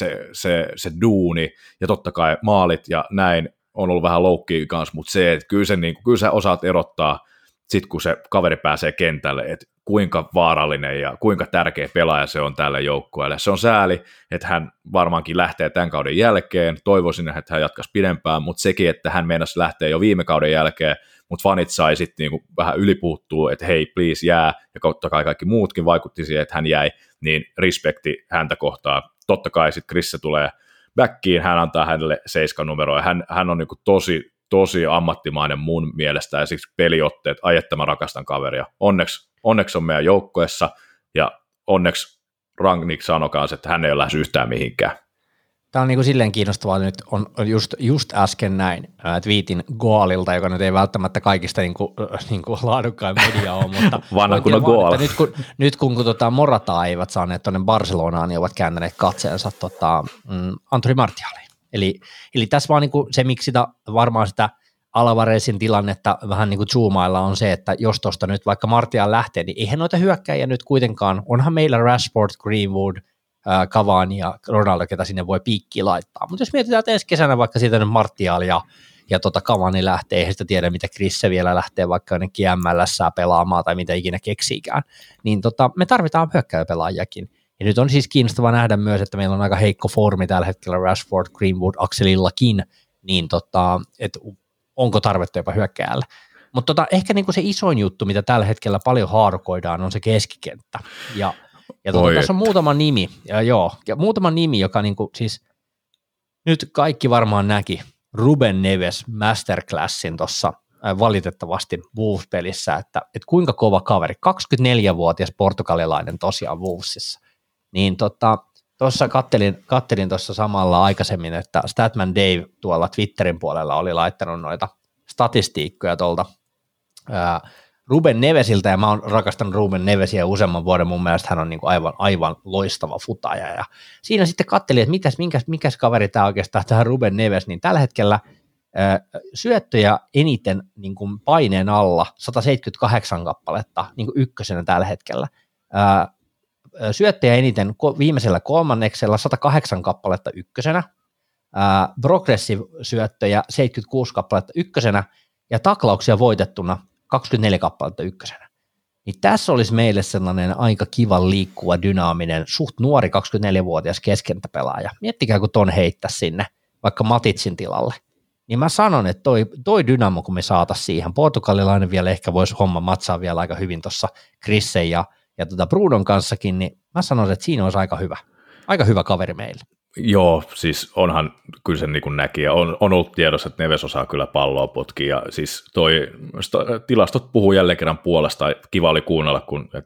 se duuni ja totta kai maalit ja näin on ollut vähän loukkiä kanssa, mutta se, että kyllä sä osaat erottaa sit kun se kaveri pääsee kentälle, että kuinka vaarallinen ja kuinka tärkeä pelaaja se on tälle joukkueelle. Se on sääli, että hän varmaankin lähtee tämän kauden jälkeen, toivoisin, että hän jatkaisi pidempään, mutta sekin, että hän meinasi lähteä jo viime kauden jälkeen, mutta fanit sai sitten niinku vähän ylipuuttua, että hei, please jää, ja totta kai kaikki muutkin vaikutti siihen, että hän jäi, niin respekti häntä kohtaan. Totta kai sitten Chris tulee backiin, hän antaa hänelle 7 numeroa, ja hän on niinku tosi ammattimainen mun mielestä, ja siksi peliotteet, että mä rakastan kaveria. Onneksi on meidän joukkoessa, ja onneksi Rangnick sanoi kanssa, että hän ei ole lähes yhtään mihinkään. Tämä on niin kuin silleen kiinnostavaa, nyt on just äsken näin twiitin Goalilta, joka nyt ei välttämättä kaikista niin kuin laadukkain media ole, mutta vanha kun on Goal. Nyt kun Morata eivät saaneet tuonne Barcelonaan, niin ovat kääntäneet katseensa Anthony Martialiin. Eli tässä vaan niin kuin se, miksi varmaan sitä Alvarezin tilannetta vähän niin kuin zoomailla on se, että jos tuosta nyt vaikka Martial lähtee, niin eihän noita hyökkäjiä nyt kuitenkaan, onhan meillä Rashford, Greenwood, Cavani ja Ronaldo, ketä sinne voi piikkiä laittaa. Mutta jos mietitään, että ensi kesänä vaikka siitä nyt Martial ja Cavani lähtee, eihän sitä tiedä, mitä Chris vielä lähtee vaikka jonnekin MLS:ää pelaamaan tai mitä ikinä keksiikään, niin me tarvitaan hyökkäjäpelaajakin. Ja nyt on siis kiinnostavaa nähdä myös, että meillä on aika heikko formi tällä hetkellä Rashford, Greenwood, Axelillakin, niin että onko tarvetta jopa hyökkääjällä. Mutta ehkä niinku se isoin juttu, mitä tällä hetkellä paljon haarukoidaan, on se keskikenttä. Ja tässä on muutama nimi, joka niinku siis nyt kaikki varmaan näki Ruben Neves masterclassin tuossa valitettavasti Wolves-pelissä, että kuinka kova kaveri, 24-vuotias portugalilainen tosiaan Wolvesissa. Niin tuossa kattelin tuossa samalla aikaisemmin, että Statman Dave tuolla Twitterin puolella oli laittanut noita statistiikkoja tuolta Ruben Nevesiltä, ja mä oon rakastanut Ruben Nevesiä useamman vuoden, mun mielestä hän on niin kuin aivan loistava futaja, ja siinä sitten katselin, että mikäs kaveri tämä oikeastaan, tähän Ruben Neves, niin tällä hetkellä syöttöjä eniten niin kuin paineen alla, 178 kappaletta niin kuin ykkösenä tällä hetkellä, syöttöjä eniten viimeisellä kolmanneksella 108 kappaletta ykkösenä, progressive-syöttöjä 76 kappaletta ykkösenä, ja taklauksia voitettuna 24 kappaletta ykkösenä. Niin tässä olisi meille sellainen aika kiva liikkuva, dynaaminen, suht nuori 24-vuotias keskentäpelaaja. Miettikää, kun ton heittäisi sinne vaikka Matitsin tilalle. Niin mä sanon, että toi dynamo, kun me saataisiin siihen, portugalilainen vielä ehkä voisi homma matsaa vielä aika hyvin tuossa Chrissen ja Brudon kanssakin, niin mä sanon, että siinä olisi aika hyvä kaveri meille. Joo, siis onhan kyllä sen niin kuin näki, ja on ollut tiedossa, että Neves osaa kyllä palloa potkia, ja siis tilastot puhuu jälleen kerran puolesta, kiva oli kuunnella,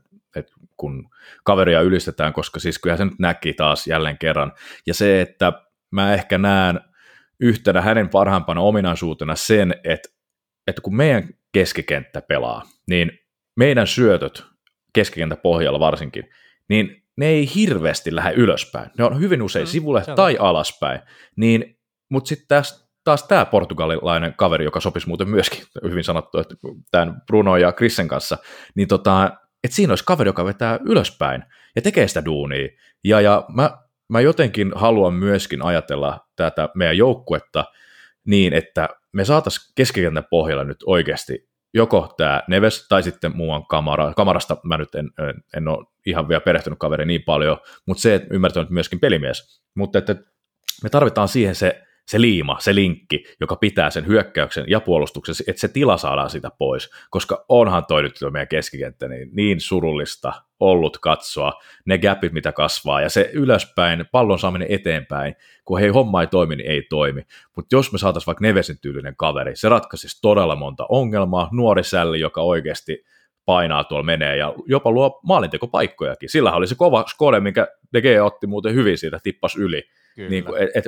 kun kaveria ylistetään, koska siis kyllähän se nyt näki taas jälleen kerran, ja se, että mä ehkä näen yhtenä hänen parhaimpana ominaisuutena sen, että kun meidän keskikenttä pelaa, niin meidän syötöt keskikenttäpohjalla varsinkin, niin ne ei hirveästi lähde ylöspäin. Ne on hyvin usein sivulle tai alaspäin. Mutta sitten taas tämä portugalilainen kaveri, joka sopisi muuten myöskin, hyvin sanottu, että tämän Bruno ja Chrisen kanssa, niin että siinä olisi kaveri, joka vetää ylöspäin ja tekee sitä duunia. Ja mä jotenkin haluan myöskin ajatella tätä meidän joukkuetta niin, että me saataisiin keskikentän pohjalla nyt oikeasti joko tämä Neves tai sitten muuan Kamara. Kamarasta mä nyt en ole ihan vielä perehtynyt kaveri niin paljon, mutta se, että ymmärtänyt myöskin pelimies. Mutta että me tarvitaan siihen se liima, se linkki, joka pitää sen hyökkäyksen ja puolustuksen, että se tila saadaan sitä pois, koska onhan toi nyt meidän keskikenttä niin surullista ollut katsoa, ne gapit, mitä kasvaa, ja se ylöspäin, pallon saaminen eteenpäin, kun hei, homma ei toimi, niin ei toimi. Mutta jos me saataisiin vaikka Nevesin tyylinen kaveri, se ratkaisisi todella monta ongelmaa, nuori sälli, joka oikeasti painaa tuolla menee, ja jopa luo maalintekopaikkojakin. Sillähän oli se kova skode, minkä De Gea otti muuten hyvin siitä, tippasi yli. Niin,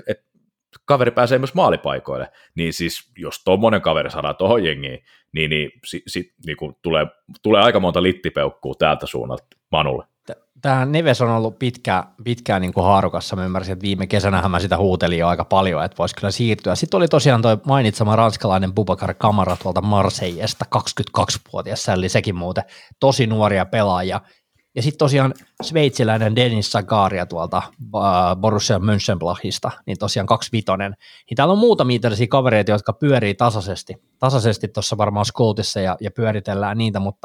kaveri pääsee myös maalipaikoille, niin siis jos tommonen kaveri saadaan tohon jengiin, niin tulee aika monta littipeukkua täältä suunnalta Manulle. Tämä Neves on ollut pitkään niin kuin haarukassa, mä ymmärsin, että viime kesänähän mä sitä huutelin jo aika paljon, että voisi kyllä siirtyä. Sitten oli tosiaan toi mainitsema ranskalainen Boubacar Kamara tuolta Marseillesta, 22-vuotias sälli, sekin muuten tosi nuoria pelaajia. Ja sitten tosiaan sveitsiläinen Denis Zakaria tuolta Borussia Mönchengladbachista, niin tosiaan 25. Niin täällä on muutamia tällaisia kavereita, jotka pyörii tasaisesti tuossa varmaan Scoutissa ja pyöritellään niitä, mutta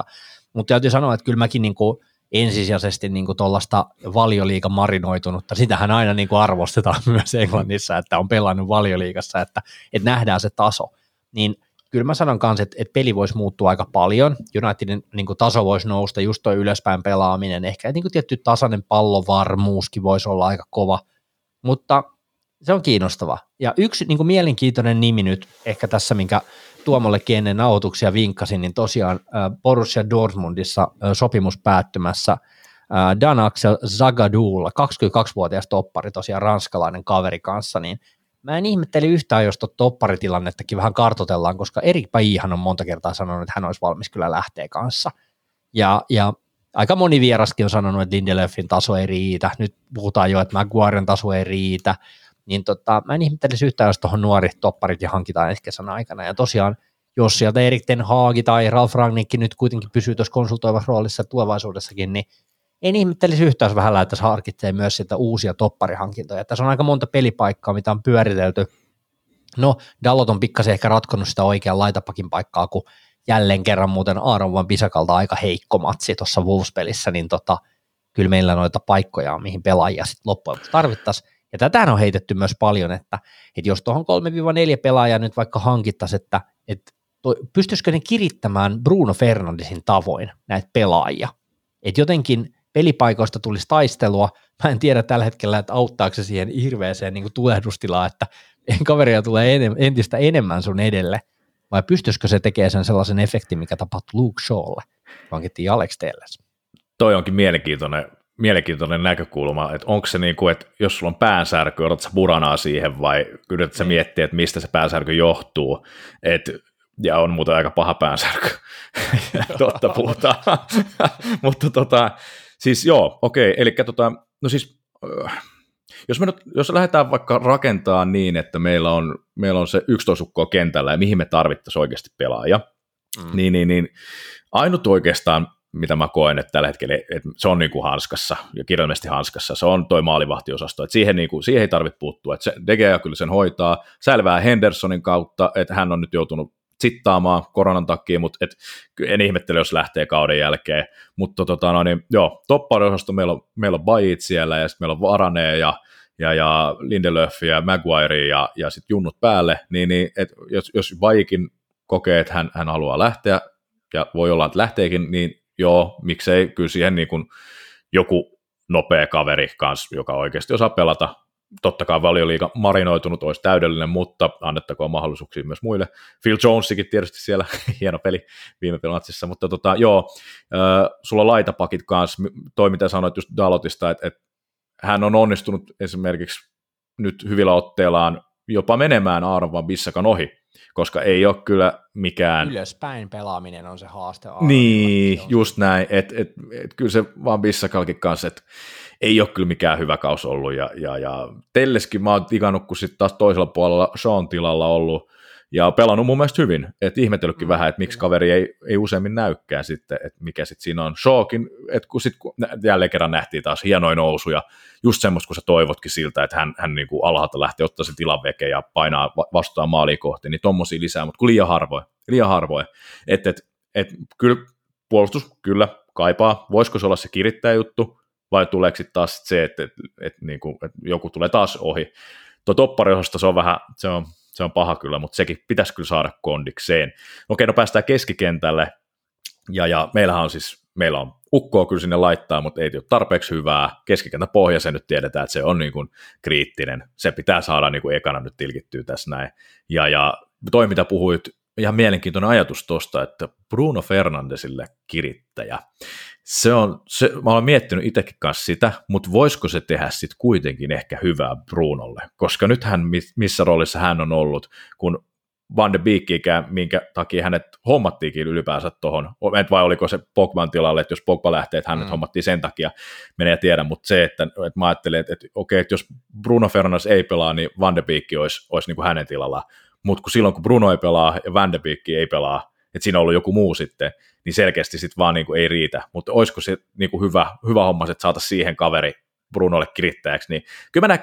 mutta täytyy sanoa, että kyllä mäkin niin kuin ensisijaisesti niin kuin tuollaista Valioliiga marinoitunutta, sitähän aina niin kuin arvostetaan myös Englannissa, että on pelannut Valioliigassa, että nähdään se taso, niin kyllä mä sanon kanssa, että peli voisi muuttua aika paljon, Unitedin niin kuin taso voisi nousta, just toi ylöspäin pelaaminen, ehkä niin kuin tietty tasainen pallovarmuuskin voisi olla aika kova, mutta se on kiinnostava. Ja yksi niin kuin mielenkiintoinen nimi nyt ehkä tässä, minkä Tuomollekin ennen nauhoituksia vinkkasin, niin tosiaan Borussia Dortmundissa sopimus päättymässä Dan Axel Zagadou, 22-vuotias toppari, tosiaan ranskalainen kaveri kanssa, niin mä en ihmetteli yhtään, jos tuota topparitilannettakin vähän kartoitellaan, koska Erik Baillyhan on monta kertaa sanonut, että hän olisi valmis kyllä lähteä kanssa. Ja aika moni vieraskin on sanonut, että Lindelöfin taso ei riitä, nyt puhutaan jo, että Maguiren taso ei riitä, niin mä en ihmettelisi yhtään, jos tuohon nuori topparit ja hankitaan ensi kesän aikana, ja tosiaan, jos sieltä Erik Ten Hag tai Ralf Rangnick nyt kuitenkin pysyy tuossa konsultoivassa roolissa tulevaisuudessakin, niin en ihmettelisi yhtään, jos vähän lähdettäisiin harkitsemaan myös sitä uusia topparihankintoja. Tässä on aika monta pelipaikkaa, mitä on pyöritelty. No, Dalot on pikkasen ehkä ratkonut sitä oikean laitapakin paikkaa, kun jälleen kerran muuten Aaron Van Bissakalta aika heikko matsi tuossa Wolves-pelissä, niin kyllä meillä noita paikkoja on, mihin pelaajia sitten loppujen lopuksi tarvittaisiin. Ja tätähän on heitetty myös paljon, että jos tuohon 3-4 pelaajaa nyt vaikka hankittaisiin, että pystyisikö ne kirittämään Bruno Fernandesin tavoin näitä pelaajia, että jotenkin pelipaikoista tulisi taistelua, mä en tiedä tällä hetkellä, että auttaako se siihen hirveäseen niin kuin tulehdustilaan, että kaveria tulee entistä enemmän sun edelle, vai pystyisikö se tekemään sen sellaisen efektin, mikä tapahtui Luke Shawlle, vankittiin Alex Telles. Toi onkin mielenkiintoinen näkökulma, että onko se niin kuin, että jos sulla on päänsärky, odotat sä buranaa siihen vai yrität sä miettiä, että mistä se päänsärky johtuu, ja on muuten aika paha päänsärky, totta puhutaan, mutta siis joo, okei, eli no siis, jos lähdetään vaikka rakentamaan niin, että meillä on se 11 ukkoa kentällä ja mihin me tarvittaisiin oikeasti pelaaja, niin ainut oikeastaan, mitä mä koen, että tällä hetkellä että se on niin kuin hanskassa, ja kirjallisesti hanskassa, se on toi maalivahtiosasto, että siihen ei tarvitse puuttua, että se De Gea kyllä sen hoitaa, selvää Hendersonin kautta, että hän on nyt joutunut sittaamaan koronan takia, mutta en ihmettele, jos lähtee kauden jälkeen, mutta toppariosasto meillä on Bajit siellä, ja sitten meillä on Varane ja Lindelöf ja Maguire ja sitten junnut päälle, niin että jos Bajikin kokee, että hän haluaa lähteä, ja voi olla, että lähteekin, niin joo, miksei, kyllä siihen niin kuin joku nopea kaveri kanssa, joka oikeasti osaa pelata. Totta kai Valioliiga marinoitunut olisi täydellinen, mutta annettakoon mahdollisuuksia myös muille. Phil Jonesikin tietysti siellä, hieno peli viime pelatsissa, mutta sulla on laitapakit kanssa, toi mitä sanoit just Dalotista, että hän on onnistunut esimerkiksi nyt hyvillä otteillaan jopa menemään Aaron Van Bissakan ohi, koska ei ole kyllä mikään... Ylöspäin pelaaminen on se haaste. Niin, just näin, että kyllä se Van Bissakalkin kanssa, että ei ole kyllä mikään hyvä kaus ollut, ja Telleskin mä oon tikannut, kun sitten taas toisella puolella Sean tilalla ollut, ja pelannut mun mielestä hyvin, että ihmetellytkin vähän, että miksi kaveri ei useammin näykään sitten, että mikä sitten siinä on. Shawkin, että kun jälleen kerran nähtiin taas hienoja nousuja, just semmoista, kun sä toivotkin siltä, että hän niin kuin alhaalta lähtee ottaa sen tilan veke ja painaa vastaan maaliin kohti, niin tommosia lisää, mutta kun liian harvoin. Että kyllä puolustus kyllä kaipaa, voisiko se olla se kirittäjä juttu, vai tuleeko sitten taas se, että joku tulee taas ohi. Tuo toppariosasto, se on vähän, se on paha kyllä, mutta sekin pitäisi kyllä saada kondikseen. Okei, no päästään keskikentälle, ja meillä on ukkoa kyllä sinne laittaa, mutta ei ole tarpeeksi hyvää. Keskikentän pohja, se nyt tiedetään, että se on niin kuin kriittinen. Se pitää saada niin kuin ekana nyt tilkittyä tässä näin. Ja toi, mitä puhuit, ihan mielenkiintoinen ajatus tuosta, että Bruno Fernandesille kirittäjä. Mä olen miettinyt itsekin kanssa sitä, mutta voisiko se tehdä sitten kuitenkin ehkä hyvää Brunolle, koska nythän missä roolissa hän on ollut, kun Van de Beekikään, minkä takia hänet hommattiinkin ylipäänsä tuohon, vai oliko se Pogban tilalle, että jos Pogba lähtee, että hänet hommattiin sen takia, menee ja tiedä, mutta se, että mä ajattelen, että okei, että jos Bruno Fernandes ei pelaa, niin Van de Beek olisi niin kuin hänen tilallaan, mutta silloin kun Bruno ei pelaa ja Van de Beek ei pelaa, että siinä on ollut joku muu sitten, niin selkeästi sitten vaan niin kuin ei riitä, mutta olisiko se niin kuin hyvä homma, että saataisiin siihen kaveri Brunolle kirittäjäksi, niin kyllä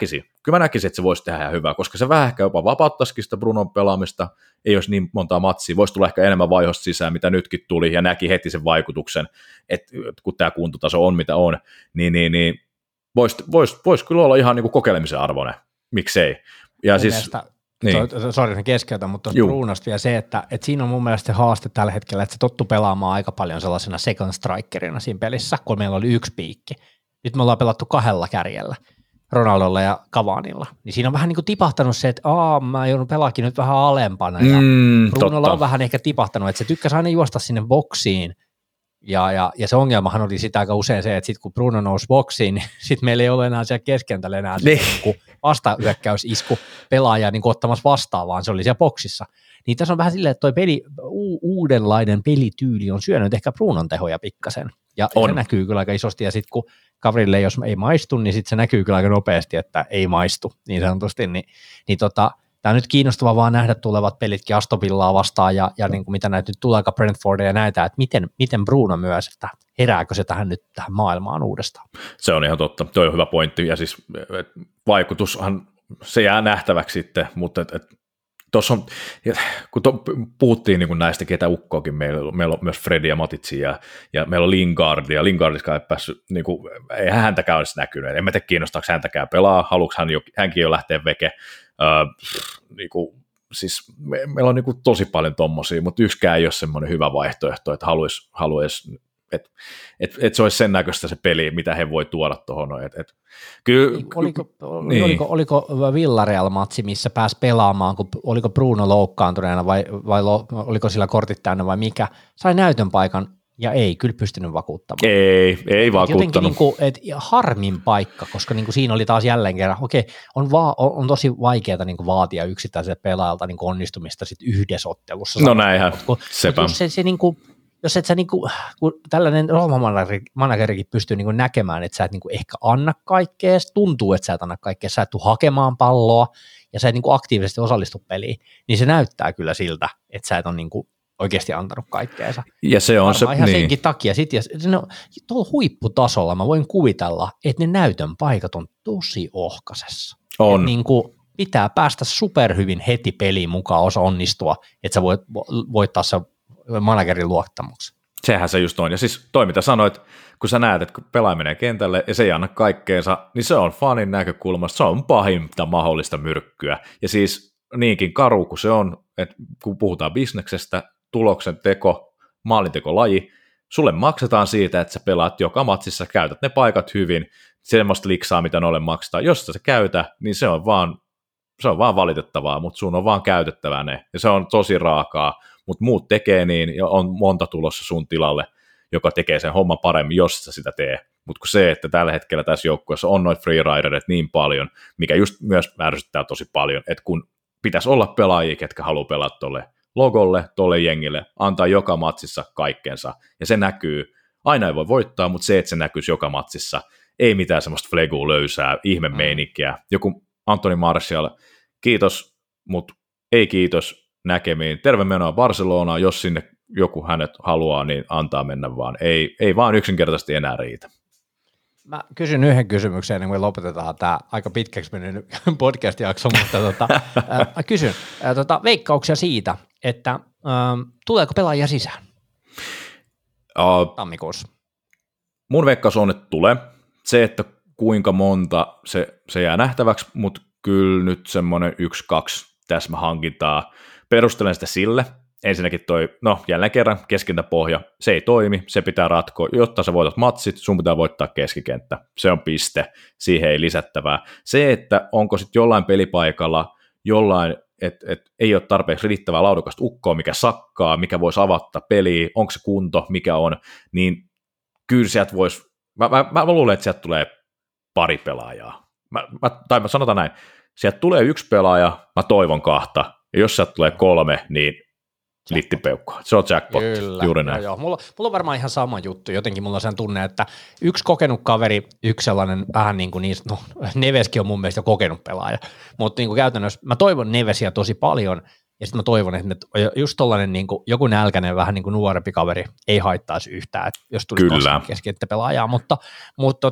kyllä mä näkisin, että se voisi tehdä ihan hyvää, koska se vähän ehkä jopa vapauttaisikin sitä Brunon pelaamista, ei olisi niin montaa matsia, voisi tulla ehkä enemmän vaihosta sisään, mitä nytkin tuli, ja näki heti sen vaikutuksen, että kun tämä kuntotaso on mitä on, niin voisi kyllä olla ihan niin kuin kokeilemisen arvoinen, miksei. Ja mun siis, mielestä, niin. sori, keskeytän, mutta Brunosta vielä se, että siinä on mun mielestä se haaste tällä hetkellä, että se tottu pelaamaan aika paljon sellaisena second strikerina siinä pelissä, kun meillä oli yksi piikki. Nyt me ollaan pelattu 2 kärjellä, Ronaldolla ja Cavanilla. Niin siinä on vähän niin kuin tipahtanut se, että mä joudun pelaakin nyt vähän alempana. Ja Brunolla on vähän ehkä tipahtanut, että se tykkäsi aina juosta sinne boksiin. Ja se ongelmahan oli sitä aika usein se, että sitten kun Bruno nousi boksiin, niin sitten meillä ei ole enää siellä keskentällä enää niin vastahyökkäysisku pelaaja niin ottamassa vastaan, vaan se oli siellä boksissa. Niin tässä on vähän silleen, että toi uudenlainen pelityyli on syönyt ehkä Brunon tehoja pikkasen. Ja se näkyy kyllä aika isosti, ja sitten kun kaverille jos ei maistu, niin sitten se näkyy kyllä aika nopeasti, että ei maistu, niin sanotusti. Tämä on nyt kiinnostava vaan nähdä tulevat pelitkin Aston Villaa vastaan, ja niin kuin mitä näitä nyt tulee, aika Brentfordia ja näitä, että miten Bruno myös, että herääkö se tähän maailmaan uudestaan. Se on ihan totta, tuo on hyvä pointti, ja siis vaikutushan se jää nähtäväksi sitten, mutta tuossa on, kun puhuttiin niin kuin näistä, ketä ukkoakin, meillä on myös Fredi ja Matitsi ja meillä on Lingard, ja Lingardiskaan ei päässyt, niin kuin, ei häntäkään olisi näkynyt, en mä tiedä kiinnostaako häntäkään pelaa, haluuks hänkin jo lähteä veke, niin kuin, siis meillä on niin kuin tosi paljon tommosia, mutta yksikään ei ole semmoinen hyvä vaihtoehto, että haluaisi että se olisi sen näköistä se peli, mitä he voi tuoda tuohon. Oliko Villarreal-matsi, missä pääsi pelaamaan, kun oliko Bruno loukkaantuneena vai oliko sillä kortit täynnä vai mikä, sai näytön paikan ja ei kyllä pystynyt vakuuttamaan. Ei vakuuttanut. Jotenkin harmin paikka, koska siinä oli taas jälleen kerran, on tosi vaikeaa vaatia yksittäiseltä pelaajalta onnistumista sit yhdessä ottelussa. No näinhän, sepä. Jos et sä kun tällainen Roma-managerikin pystyy näkemään, että sä et ehkä anna kaikkea, tuntuu, että sä et anna kaikkea, sä et tule hakemaan palloa ja sä et aktiivisesti osallistu peliin, niin se näyttää kyllä siltä, että sä et ole oikeasti antanut kaikkeensa. Ja se on varmaan ihan senkin takia. Tuolla huipputasolla mä voin kuvitella, että ne näytön paikat on tosi ohkaisessa. On. Pitää päästä superhyvin heti peliin mukaan osa onnistua, että sä voit voittaa se managerin luottamuksen. Sehän se just on. Ja siis toi, mitä sanoit, kun sä näet, että kun pelaaja menee kentälle ja se ei anna kaikkeensa, niin se on fanin näkökulmasta, se on pahinta mahdollista myrkkyä. Ja siis niinkin karu kuin se on, että kun puhutaan bisneksestä, tuloksen teko, maalintekolaji, sulle maksetaan siitä, että sä pelaat joka matsissa, käytät ne paikat hyvin, semmoista liksaa, mitä noille maksetaan. Jos sä käytä, niin se on vaan valitettavaa, mutta sun on vaan käytettävä ne. Ja se on tosi raakaa, mutta muut tekee niin, ja on monta tulossa sun tilalle, joka tekee sen homman paremmin, jos sä sitä tee. Mutta kun se, että tällä hetkellä tässä joukkueessa on noita freeriderit niin paljon, mikä just myös ärsyttää tosi paljon, että kun pitäisi olla pelaajia, ketkä haluaa pelata tolle logolle, tolle jengille, antaa joka matsissa kaikkensa, ja se näkyy, aina ei voi voittaa, mutta se, että se näkyisi joka matsissa, ei mitään semmoista flegua löysää, ihme meininkiä. Joku Anthony Martial, kiitos, mutta ei kiitos, näkemiin. Terve menoa Barcelonaan, jos sinne joku hänet haluaa, niin antaa mennä vaan. Ei vaan yksinkertaisesti enää riitä. Mä kysyn yhden kysymyksen, ennen kuin lopetetaan tämä aika pitkäksi mennyt podcast-jakso, mutta mä kysyn veikkauksia siitä, että tuleeko pelaajia sisään tammikuussa? Mun veikkaus on, että tulee. Se, että kuinka monta, se jää nähtäväksi, mutta kyllä nyt semmoinen 1-2 täsmähankintaa. Perustelen sitä sille. Ensinnäkin jälleen kerran keskentäpohja, se ei toimi, se pitää ratkoa, jotta sä voitat matsit, sun pitää voittaa keskikenttä, se on piste, siihen ei lisättävää. Se, että onko sitten jollain pelipaikalla, että ei ole tarpeeksi riittävää laadukasta ukkoa, mikä sakkaa, mikä voisi avata peliä, onko se kunto, mikä on, niin kyllä sieltä voisi, mä luulen, että sieltä tulee pari pelaajaa, tai sanotaan näin, sieltä tulee 1 pelaaja, mä toivon 2, ja jos sieltä tulee 3, niin littipeukkoa. Se on jackpot, kyllä, juuri näin. Joo. Mulla on varmaan ihan sama juttu, jotenkin mulla on sen tunne, että 1 kokenut kaveri, 1 sellainen vähän niin kuin Neveskin on mun mielestä jo kokenut pelaaja, mutta niin kuin käytännössä mä toivon Nevesiä tosi paljon, ja sitten mä toivon, että just tollainen niin kuin joku nälkäinen vähän niin kuin nuorempi kaveri ei haittaisi yhtään, että jos tulisi 2 keskenttäpelaajaa, mutta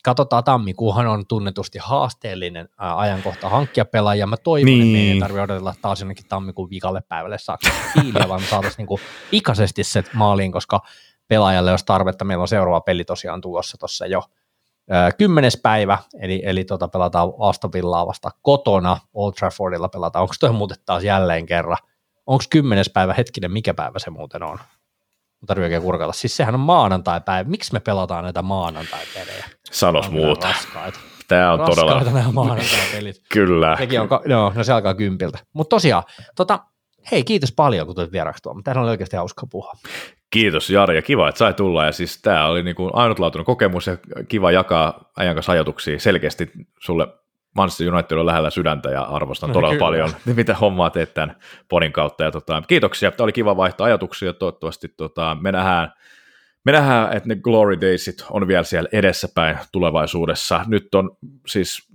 katsotaan, tammikuuhan on tunnetusti haasteellinen ajankohta hankkia pelaajia. Mä toivon, että meidän ei tarvitse odotella taas jonnekin tammikuun viikalle päivälle saakka fiiliä, vaan me saataisiin niinku pikaisesti se maaliin, koska pelaajalle olisi tarvetta. Meillä on seuraava peli tosiaan tulossa tuossa jo 10. päivä, eli pelataan Aston Villaa vasta kotona, Old Traffordilla pelataan. Onko toi muuten taas jälleen kerran? Onko 10. päivä, hetkinen, mikä päivä se muuten on? Tarvii oikein kurkata. Siis sehän on maanantai-päivä. Miksi me pelataan näitä maanantai-pelejä? Sanos muuta. Raskaita. Tämä on todella... Raskaita nämä maanantai-pelit. Kyllä. No se alkaa 10. Mutta tosiaan, hei, kiitos paljon, kun tulit vieraksi tuomaan. Tämähän oli oikeasti hauska puhua. Kiitos Jari, ja kiva, että sai tulla. Ja siis tämä oli niin kuin ainutlaatuinen kokemus ja kiva jakaa ajan kanssa ajatuksia. Selkeästi sulle Manchester United on lähellä sydäntä ja arvostan todella paljon, mitä hommaa teet tämän podin kautta. Ja kiitoksia, tämä oli kiva vaihtaa ajatuksia. Toivottavasti me nähdään, että ne glory daysit on vielä siellä edessäpäin tulevaisuudessa. Nyt on siis,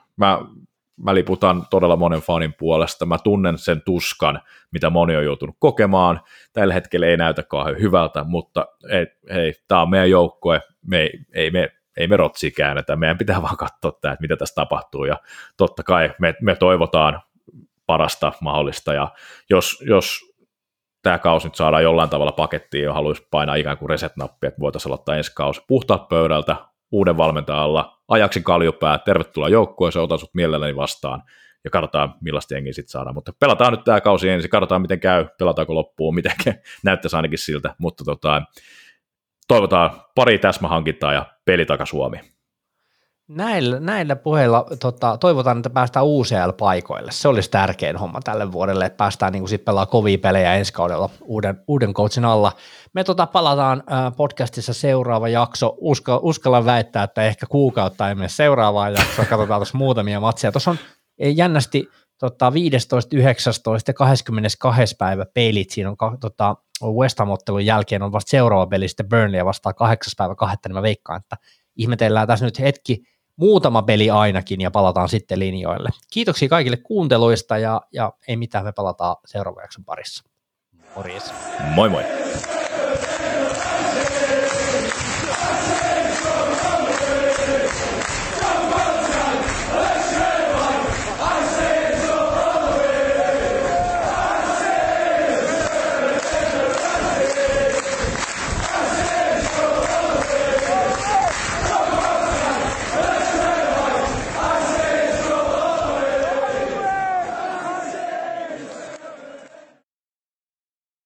mä liputan todella monen fanin puolesta. Mä tunnen sen tuskan, mitä moni on joutunut kokemaan. Tällä hetkellä ei näytä kauhean hyvältä, mutta hei, tämä on meidän joukkue. Ei me rotsia käännetä, meidän pitää vaan katsoa tämä, että mitä tässä tapahtuu, ja totta kai me toivotaan parasta mahdollista, ja jos tämä kausi nyt saadaan jollain tavalla pakettiin, ja haluaisi painaa ikään kuin reset-nappia, että voitaisiin aloittaa ensi kausi puhtaat pöydältä, uuden valmentajalla, Ajaxin Kalliopää, tervetuloa joukkueeseen, otan sut mielelläni vastaan, ja katsotaan millaista jengiä sitten saadaan, mutta pelataan nyt tämä kausi ensin, katsotaan miten käy, pelataanko loppuun, miten näyttäisi ainakin siltä, mutta toivotaan pari täsmähankintaa ja peli taka Suomi. Näillä puheilla toivotaan, että päästään UCL-paikoille. Se olisi tärkein homma tälle vuodelle, että päästään niin sitten pelaamaan kovia pelejä ensi kaudella uuden coachin alla. Me palataan podcastissa seuraava jakso. Uskallan väittää, että ehkä kuukautta ei mene seuraavaan jaksoon. Katsotaan tuossa muutamia matseja. Tuossa on jännästi 15, 19 ja 22. päivä pelit. Siinä on West Ham-ottelun jälkeen on vasta seuraava peli sitten Burnleyä vastaan 8. päivä 2. Niin mä veikkaan, että ihmetellään tässä nyt hetki, muutama peli ainakin, ja palataan sitten linjoille. Kiitoksia kaikille kuunteluista, ja ei mitään, me palataan seuraavan jakson parissa. Morjes. Moi moi.